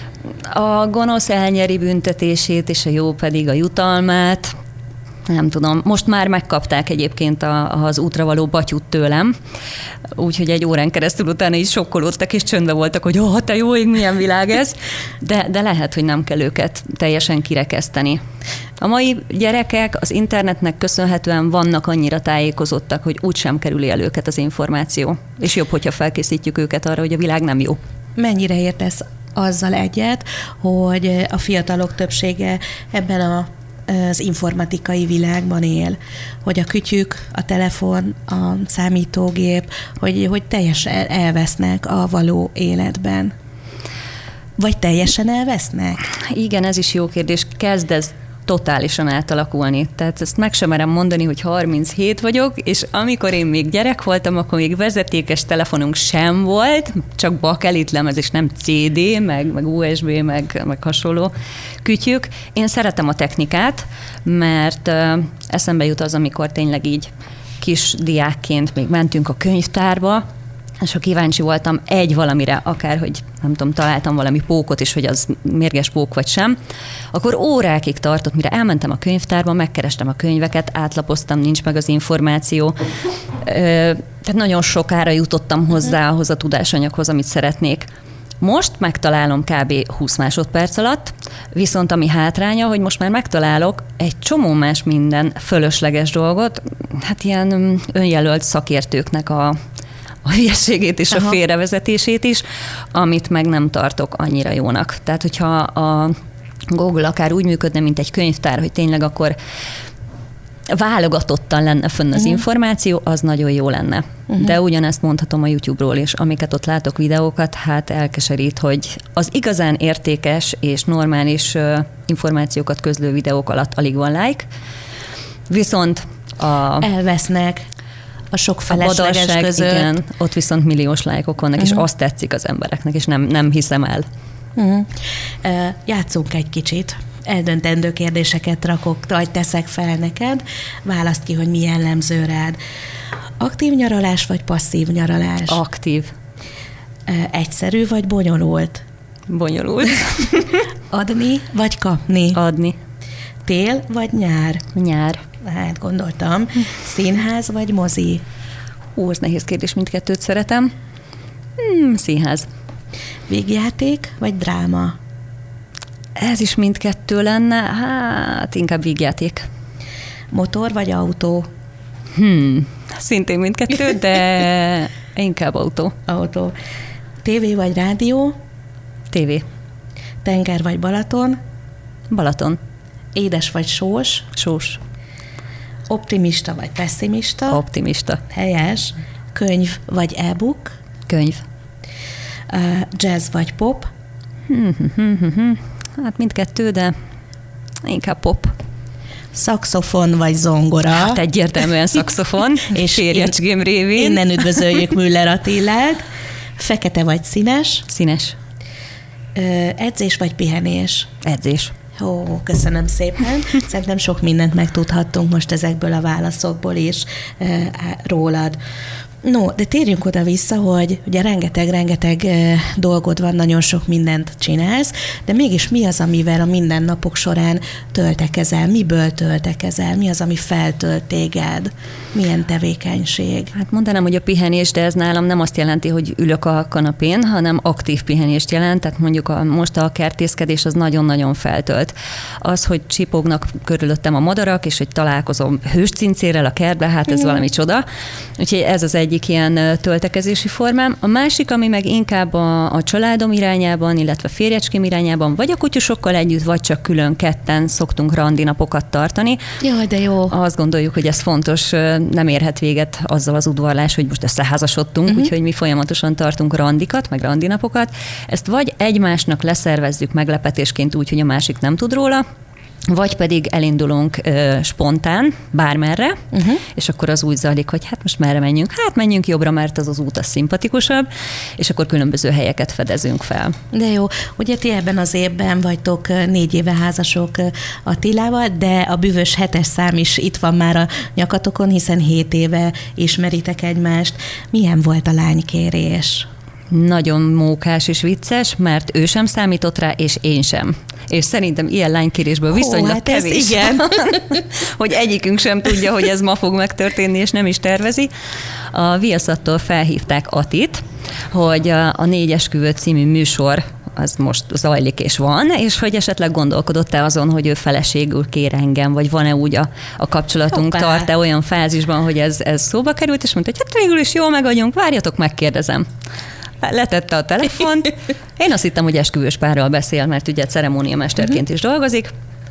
a gonosz elnyeri büntetését, és a jó pedig a jutalmát. Nem tudom, most már megkapták egyébként a, az útra való batyút tőlem, úgyhogy egy órán keresztül utána is sokkolódtak, és csöndbe voltak, hogy oh, te jó ég, milyen világ ez, de, de lehet, hogy nem kell őket teljesen kirekeszteni. A mai gyerekek az internetnek köszönhetően vannak annyira tájékozottak, hogy úgysem kerüli el őket az információ, és jobb, hogyha felkészítjük őket arra, hogy a világ nem jó. Mennyire értesz azzal egyet, hogy a fiatalok többsége ebben a az informatikai világban él, hogy a kütyük, a telefon, a számítógép, hogy, hogy teljesen elvesznek a való életben. Vagy teljesen elvesznek? Igen, ez is jó kérdés. Kezd ez totálisan átalakulni. Tehát ezt meg sem merem mondani, hogy harminchét vagyok, és amikor én még gyerek voltam, akkor még vezetékes telefonunk sem volt, csak bakelitlemez, és nem cé dé, meg, meg u es bé, meg, meg hasonló kütyük. Én szeretem a technikát, mert uh, eszembe jut az, amikor tényleg így kis diákként még mentünk a könyvtárba, és ha kíváncsi voltam egy valamire, akár, hogy nem tudom, találtam valami pókot is, hogy az mérges pók vagy sem, akkor órákig tartott, mire elmentem a könyvtárba, megkerestem a könyveket, átlapoztam, nincs meg az információ. Tehát nagyon sokára jutottam hozzá ahhoz a tudásanyaghoz, amit szeretnék. Most megtalálom kb. húsz másodperc alatt, viszont ami hátránya, hogy most már megtalálok egy csomó más minden fölösleges dolgot, hát ilyen önjelölt szakértőknek a a hülyeségét és Aha. a félrevezetését is, amit meg nem tartok annyira jónak. Tehát, hogyha a Google akár úgy működne, mint egy könyvtár, hogy tényleg akkor válogatottan lenne fönn az uh-huh. információ, az nagyon jó lenne. Uh-huh. De ugyanezt mondhatom a YouTube-ról is, amiket ott látok videókat, hát elkeserít, hogy az igazán értékes és normális uh, információkat közlő videók alatt alig van like, viszont a... elvesznek. A sok felesleges a között. Igen, ott viszont milliós lájkok vannak, uh-huh. és azt tetszik az embereknek, és nem, nem hiszem el. Uh-huh. Uh, játszunk egy kicsit. Eldöntendő kérdéseket rakok, vagy teszek fel neked. Válaszd ki, hogy mi jellemző rád. Aktív nyaralás, vagy passzív nyaralás? Aktív. Uh, egyszerű, vagy bonyolult? Bonyolult. Adni, vagy kapni? Adni. Tél, vagy nyár? Nyár. Hát gondoltam. Színház vagy mozi? Hú, ez nehéz kérdés, mindkettőt szeretem. Hmm, színház. Vígjáték vagy dráma? Ez is mindkettő lenne, hát inkább vígjáték. Motor vagy autó? Hmm, szintén mindkettő, de inkább autó. Autó. Tévé vagy rádió? Tévé. Tenger vagy Balaton? Balaton. Édes vagy sós? Sós. Optimista vagy pessimista? Optimista. Helyes. Könyv vagy e-book? Könyv. Uh, jazz vagy pop? Hmm, hmm, hmm, hmm. Hát mindkettő, de inkább pop. Szaxofon vagy zongora? Hát egyértelműen szaxofon, és férjecském révén. Innen üdvözöljük Müller Attilát. Fekete vagy színes? Színes. Uh, edzés vagy pihenés? Edzés. Ó, köszönöm szépen. Szerintem sok mindent megtudhattunk most ezekből a válaszokból is e, rólad. No, de térjünk oda vissza, hogy ugye rengeteg-rengeteg dolgod van, nagyon sok mindent csinálsz, de mégis mi az, amivel a mindennapok során töltekezel? Miből töltekezel? Mi az, ami feltölt téged? Milyen tevékenység? Hát mondanám, hogy a pihenés, de ez nálam nem azt jelenti, hogy ülök a kanapén, hanem aktív pihenést jelent, tehát mondjuk a, most a kertészkedés az nagyon-nagyon feltölt. Az, hogy csipognak körülöttem a madarak, és hogy találkozom hőscincérrel a kertbe, hát ez mm. valami csoda. Úgyhogy ez az egyik ilyen töltekezési formám. A másik, ami meg inkább a, a családom irányában, illetve férjecském irányában, vagy a kutyusokkal együtt, vagy csak külön ketten szoktunk randinapokat tartani. Jaj, de jó. Azt gondoljuk, hogy ez fontos, nem érhet véget azzal az udvarlás, hogy most összeházasodtunk, uh-huh. úgyhogy mi folyamatosan tartunk randikat, meg randinapokat. Ezt vagy egymásnak leszervezzük meglepetésként úgy, hogy a másik nem tud róla, vagy pedig elindulunk ö, spontán, bármerre, uh-huh. és akkor az úgy zajlik, hogy hát most merre menjünk? Hát menjünk jobbra, mert az az út az szimpatikusabb, és akkor különböző helyeket fedezünk fel. De jó, ugye ti ebben az évben vagytok négy éve házasok Attilával, de a bűvös hetes szám is itt van már a nyakatokon, hiszen hét éve ismeritek egymást. Milyen volt a lánykérés? Nagyon mókás és vicces, mert ő sem számított rá, és én sem. És szerintem ilyen lánykérésből viszonylag Hó, hát kevés igen. van, hogy egyikünk sem tudja, hogy ez ma fog megtörténni, és nem is tervezi. A Viaszattól felhívták Atit, hogy a Négy esküvő című műsor az most zajlik és van, és hogy esetleg gondolkodott-e azon, hogy ő feleségül kér engem, vagy van-e úgy a, a kapcsolatunk, Hoppá. tart-e olyan fázisban, hogy ez, ez szóba került, és mondta, hogy hát végül is jól megadjunk, várjatok, megkérdezem. Letette a telefont. Én azt hittem, hogy esküvős párral beszél, mert ugye ceremóniamesterként is dolgozik,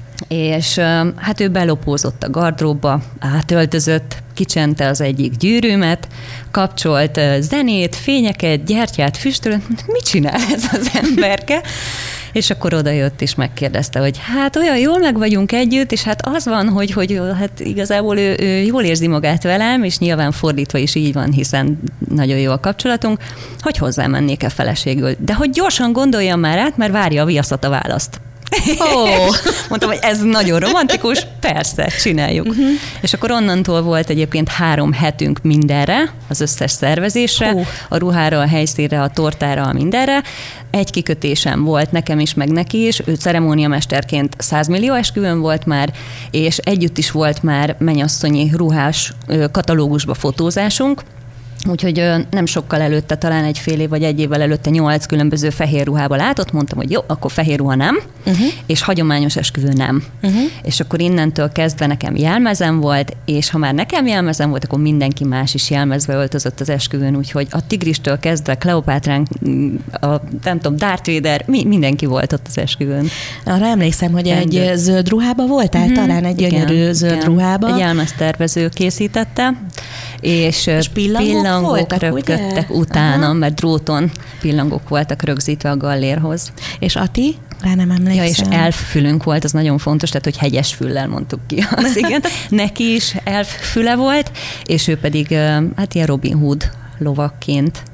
és hát ő belopózott a gardróbba, átöltözött, kicsente az egyik gyűrűmet, kapcsolt zenét, fényeket, gyertyát, füstölt. Mit csinál ez az emberke? És akkor odajött és megkérdezte, hogy hát olyan jól meg vagyunk együtt, és hát az van, hogy, hogy hát igazából ő, ő jól érzi magát velem, és nyilván fordítva is így van, hiszen nagyon jó a kapcsolatunk, hogy hozzámennék-e feleségül. De hogy gyorsan gondoljam már át, mert várja a Viaszat a választ. Oh. Mondtam, hogy ez nagyon romantikus, persze, csináljuk. Uh-huh. És akkor onnantól volt egyébként három hetünk mindenre, az összes szervezésre, uh. a ruhára, a helyszínre, a tortára, mindenre. Egy kikötésem volt nekem is, meg neki is. Ő ceremóniamesterként száz millió esküvőn volt már, és együtt is volt már mennyasszonyi ruhás katalógusba fotózásunk. Úgyhogy nem sokkal előtte, talán egy fél év vagy egy évvel előtte nyolc különböző fehér ruhába látott, mondtam, hogy jó, akkor fehér ruha nem, uh-huh. és hagyományos esküvő nem. Uh-huh. És akkor innentől kezdve nekem jelmezem volt, és ha már nekem jelmezem volt, akkor mindenki más is jelmezve öltözött az esküvőn, úgyhogy a Tigristől kezdve Kleopátrán, a, nem tudom, Darth Vader, mi, mindenki volt ott az esküvőn. Arra emlékszem, hogy egy Endő. zöld ruhába voltál, uh-huh. talán egy gyönyörű igen, zöld igen. ruhába. Egy jelmeztervező készítette, és, és pillangok, pillangok rögködtek ugye? utána, Aha. mert dróton pillangok voltak rögzítve a gallérhoz. És Ati? Rá nem emlékszem. Ja, és elffülünk volt, az nagyon fontos, tehát hogy hegyes füllel mondtuk ki. Az, igen. Neki is elffüle volt, és ő pedig hát ilyen Robin Hood lovakként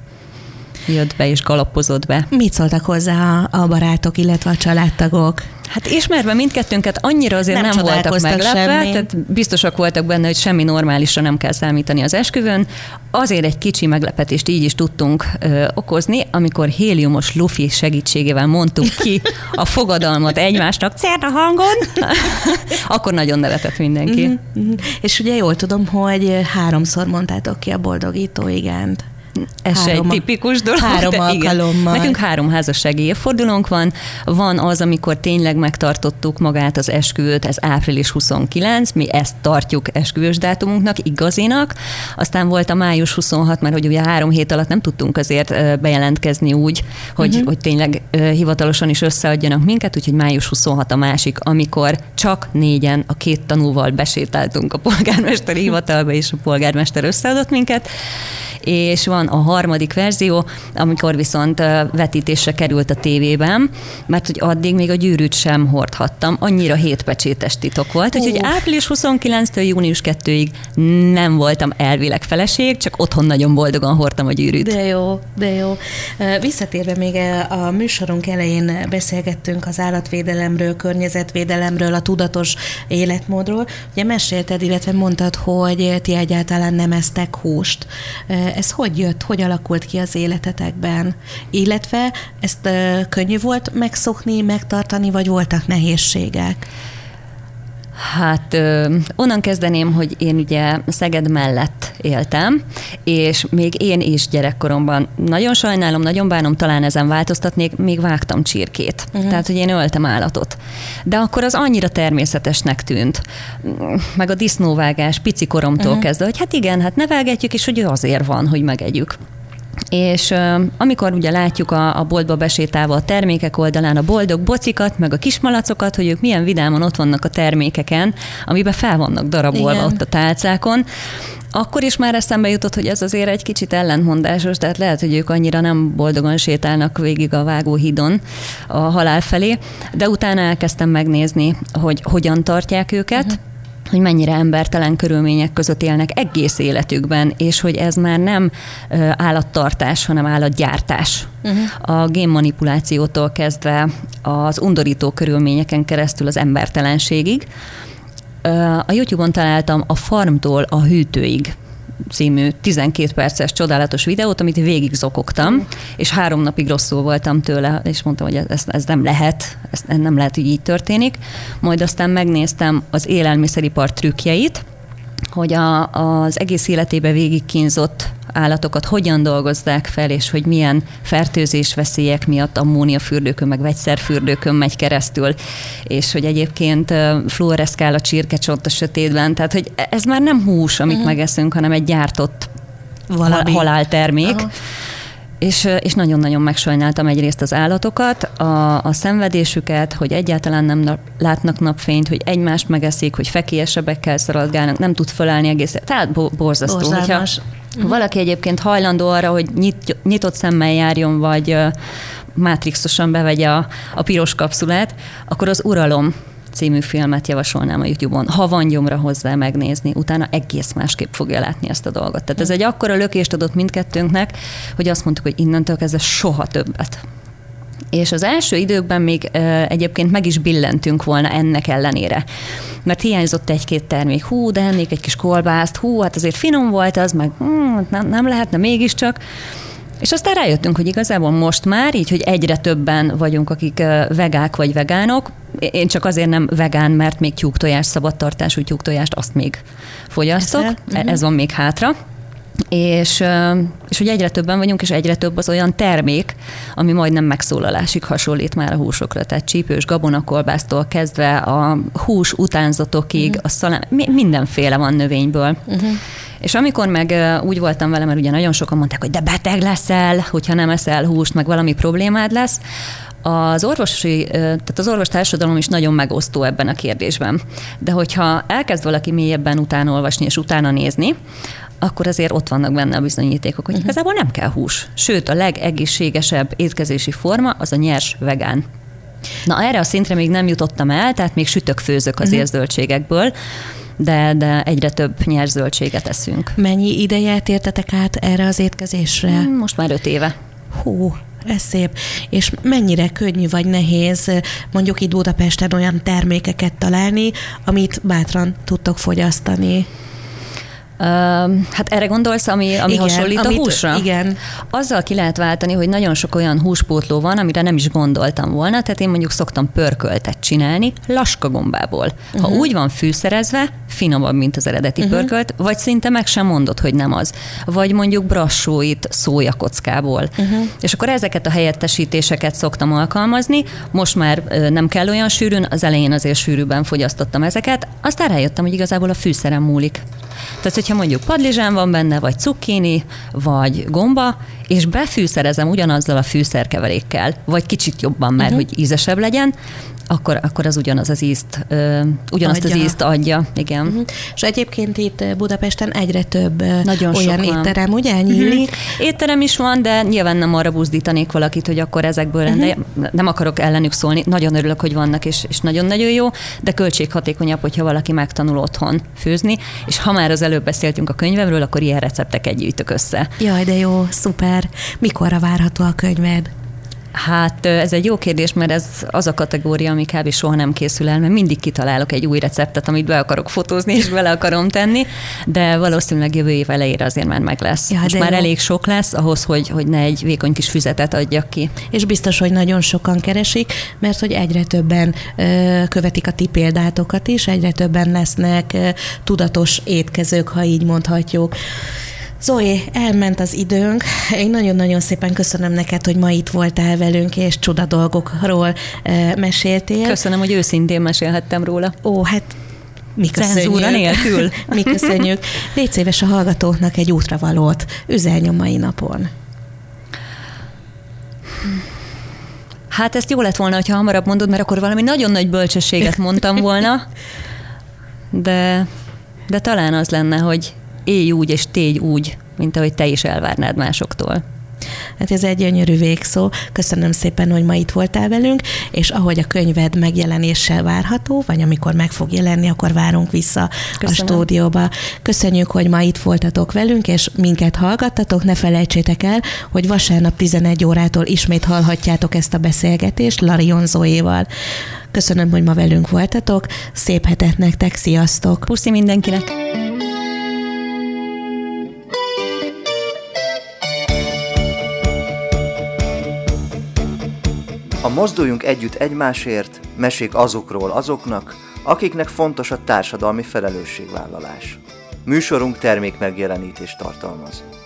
jött be és galapozott be. Mit szóltak hozzá a barátok, illetve a családtagok? Hát ismerve mindkettőnket annyira azért nem, nem voltak meglepve, semmi. Tehát biztosak voltak benne, hogy semmi normálisra nem kell számítani az esküvőn. Azért egy kicsi meglepetést így is tudtunk ö, okozni, amikor héliumos lufi segítségével mondtuk ki a fogadalmat egymásnak cerna hangon, akkor nagyon nevetett mindenki. Mm-hmm. És ugye jól tudom, hogy háromszor mondtátok ki a boldogító igent. Ez három, egy tipikus dolog. Három de alkalommal. Igen. Nekünk három házassági évfordulónk van. Van az, amikor tényleg megtartottuk magát az esküvőt, ez április huszonkilenc, mi ezt tartjuk esküvős dátumunknak, igazinak. Aztán volt a május huszonhat, mert hogy ugye három hét alatt nem tudtunk azért bejelentkezni úgy, hogy, uh-huh. hogy tényleg hivatalosan is összeadjanak minket, úgyhogy május huszonhat a másik, amikor csak négyen a két tanúval besétáltunk a polgármesteri hivatalba, és a polgármester összeadott minket. És van a harmadik verzió, amikor viszont vetítésre került a tévében, mert hogy addig még a gyűrűt sem hordhattam, annyira hétpecsétes titok volt, uh. úgyhogy április huszonkilenctől június kettőig nem voltam elvileg feleség, csak otthon nagyon boldogan hordtam a gyűrűt. De jó, de jó. Visszatérve még a műsorunk elején beszélgettünk az állatvédelemről, környezetvédelemről, a tudatos életmódról. Ugye mesélted, illetve mondtad, hogy ti egyáltalán nem esztek húst. ez hogy jött, hogy alakult ki az életetekben? Illetve ezt uh, könnyű volt megszokni, megtartani, vagy voltak nehézségek? Hát ö, onnan kezdeném, hogy én ugye Szeged mellett éltem, és még én is gyerekkoromban nagyon sajnálom, nagyon bánom, talán ezen változtatnék, még vágtam csirkét. Uh-huh. Tehát, hogy én öltem állatot. De akkor az annyira természetesnek tűnt. Meg a disznóvágás pici koromtól uh-huh. kezdve, hogy hát igen, hát nevelgetjük, és hogy azért van, hogy megegyük. És uh, amikor ugye látjuk a, a boltba besétálva a termékek oldalán a boldog bocikat, meg a kismalacokat, hogy ők milyen vidáman ott vannak a termékeken, amiben fel vannak darabolva igen. ott a tálcákon, akkor is már eszembe jutott, hogy ez azért egy kicsit ellentmondásos, tehát lehet, hogy ők annyira nem boldogan sétálnak végig a vágóhídon a halál felé, de utána elkezdtem megnézni, hogy hogyan tartják őket, uh-huh. hogy mennyire embertelen körülmények között élnek egész életükben, és hogy ez már nem állattartás, hanem állatgyártás. Uh-huh. A génmanipulációtól kezdve az undorító körülményeken keresztül az embertelenségig. A YouTube-on találtam a Farmtól a hűtőig című tizenkét perces csodálatos videót, amit végig zokogtam, mm. és három napig rosszul voltam tőle, és mondtam, hogy ez, ez nem lehet, ez nem lehet, hogy így történik. Majd aztán megnéztem az élelmiszeripar trükkjeit, hogy a, az egész életében végig kínzott állatokat hogyan dolgozzák fel, és hogy milyen fertőzésveszélyek miatt ammóniafürdőkön, meg vegyszerfürdőkön megy keresztül, és hogy egyébként fluoreszkál a csirkecsont a sötétben, tehát hogy ez már nem hús, amit uh-huh. megeszünk, hanem egy gyártott Valami. haláltermék. Uh-huh. És, és nagyon-nagyon megsajnáltam egyrészt az állatokat, a, a szenvedésüket, hogy egyáltalán nem nap, látnak napfényt, hogy egymást megeszik, hogy fekélyesebbekkel szaladgálnak, nem tud fölállni egész. Tehát bo- borzasztó. Hogyha uh-huh. valaki egyébként hajlandó arra, hogy nyit, nyitott szemmel járjon, vagy uh, mátrixosan bevegye a, a piros kapszulát, akkor az Uralom című filmet javasolnám a YouTube-on. Ha van gyomra hozzá megnézni, utána egész másképp fogja látni ezt a dolgot. Tehát ez egy akkora lökést adott mindkettőnknek, hogy azt mondtuk, hogy innentől kezdve soha többet. És az első időkben még e, egyébként meg is billentünk volna ennek ellenére. Mert hiányzott egy-két termék. Hú, de ennék egy kis kolbászt, hú, hát azért finom volt az, meg hm, nem, nem lehetne mégiscsak. És aztán rájöttünk, hogy igazából most már így, hogy egyre többen vagyunk, akik vegák vagy vegánok. Én csak azért nem vegán, mert még tyúktojás, szabadtartású tyúktojást azt még fogyasztok. Uh-huh. Ez van még hátra. És, és hogy egyre többen vagyunk, és egyre több az olyan termék, ami majdnem megszólalásig hasonlít már a húsokra. Tehát csípős gabonakolbásztól kezdve a hús utánzatokig, uh-huh. a szalám, mindenféle van növényből. Uh-huh. És amikor meg úgy voltam vele, mert ugye nagyon sokan mondták, hogy de beteg leszel, hogyha nem eszel húst, meg valami problémád lesz, az orvosi, tehát az orvostársadalom is nagyon megosztó ebben a kérdésben. De hogyha elkezd valaki mélyebben utánolvasni és utána nézni, akkor azért ott vannak benne a bizonyítékok, hogy uh-huh. igazából nem kell hús. Sőt, a legegészségesebb étkezési forma az a nyers vegán. Na, erre a szintre még nem jutottam el, tehát még sütök-főzök az uh-huh. zöldségekből, de, de egyre több nyers zöldséget eszünk. Mennyi ideje tértetek át erre az étkezésre? Most már öt éve. Hú, ez szép. És mennyire könnyű vagy nehéz mondjuk itt Budapesten olyan termékeket találni, amit bátran tudtok fogyasztani? Uh, hát erre gondolsz, ami, ami igen, hasonlít amit, a húsra? Igen. Azzal ki lehet váltani, hogy nagyon sok olyan húspótló van, amire nem is gondoltam volna, tehát én mondjuk szoktam pörköltet csinálni laskagombából. Uh-huh. Ha úgy van fűszerezve, finomabb, mint az eredeti uh-huh. pörkölt, vagy szinte meg sem mondod, hogy nem az. Vagy mondjuk brassóit szójakockából. Uh-huh. És akkor ezeket a helyettesítéseket szoktam alkalmazni. Most már nem kell olyan sűrűn, az elején azért sűrűbben fogyasztottam ezeket, aztán rájöttem, hogy igazából a fűszerem múlik. Tehát, hogyha mondjuk padlizsán van benne, vagy cukkini, vagy gomba, és befűszerezem ugyanazzal a fűszerkeverékkel, vagy kicsit jobban, mert uh-huh. hogy ízesebb legyen, akkor, akkor az ugyanaz az ízt, ö, ugyanazt adja. az ízt adja. Igen. Uh-huh. És egyébként itt Budapesten egyre több nagyon olyan étterem, ugye, nyílik? Uh-huh. Étterem is van, de nyilván nem arra buzdítanék valakit, hogy akkor ezekből uh-huh. lenne. Nem akarok ellenük szólni, nagyon örülök, hogy vannak, és, és nagyon-nagyon jó, de költséghatékonyabb, hogyha valaki megtanul otthon főzni, és ha már az előbb beszéltünk a könyvemről, akkor ilyen recepteket gyűjtök össze. Jaj, de jó, szuper. Mikorra várható a könyved? Hát ez egy jó kérdés, mert ez az a kategória, ami kb. Soha nem készül el, mert mindig kitalálok egy új receptet, amit be akarok fotózni, és bele akarom tenni, de valószínűleg jövő év elejére azért már meg lesz. Ja, most már jó. Elég sok lesz ahhoz, hogy, hogy ne egy vékony kis füzetet adjak ki. És biztos, hogy nagyon sokan keresik, mert hogy egyre többen ö, követik a ti példátokat is, egyre többen lesznek ö, tudatos étkezők, ha így mondhatjuk. Zoé, elment az időnk. Én nagyon-nagyon szépen köszönöm neked, hogy ma itt voltál velünk, és csuda dolgokról e, meséltél. Köszönöm, hogy őszintén mesélhettem róla. Ó, hát mi köszönjük. Cenzúra nélkül. Mi köszönjük. Légy szíves a hallgatóknak egy útravalót. Üzenj a mai napon. Hát ezt jó lett volna, hogyha hamarabb mondod, mert akkor valami nagyon nagy bölcsességet mondtam volna, de, de talán az lenne, hogy élj úgy és tégy úgy, mint ahogy te is elvárnád másoktól. Hát ez egy gyönyörű végszó. Köszönöm szépen, hogy ma itt voltál velünk, és ahogy a könyved megjelenéssel várható, vagy amikor meg fog jelenni, akkor várunk vissza Köszönöm. A stúdióba. Köszönjük, hogy ma itt voltatok velünk, és minket hallgattatok. Ne felejtsétek el, hogy vasárnap tizenegy órától ismét hallhatjátok ezt a beszélgetést Larion Zoéval. Köszönöm, hogy ma velünk voltatok. Szép hetet nektek, sziasztok! Puszi mindenkinek! A Mozduljunk együtt egymásért, mesék azokról azoknak, akiknek fontos a társadalmi felelősségvállalás. Műsorunk termék megjelenítést tartalmaz.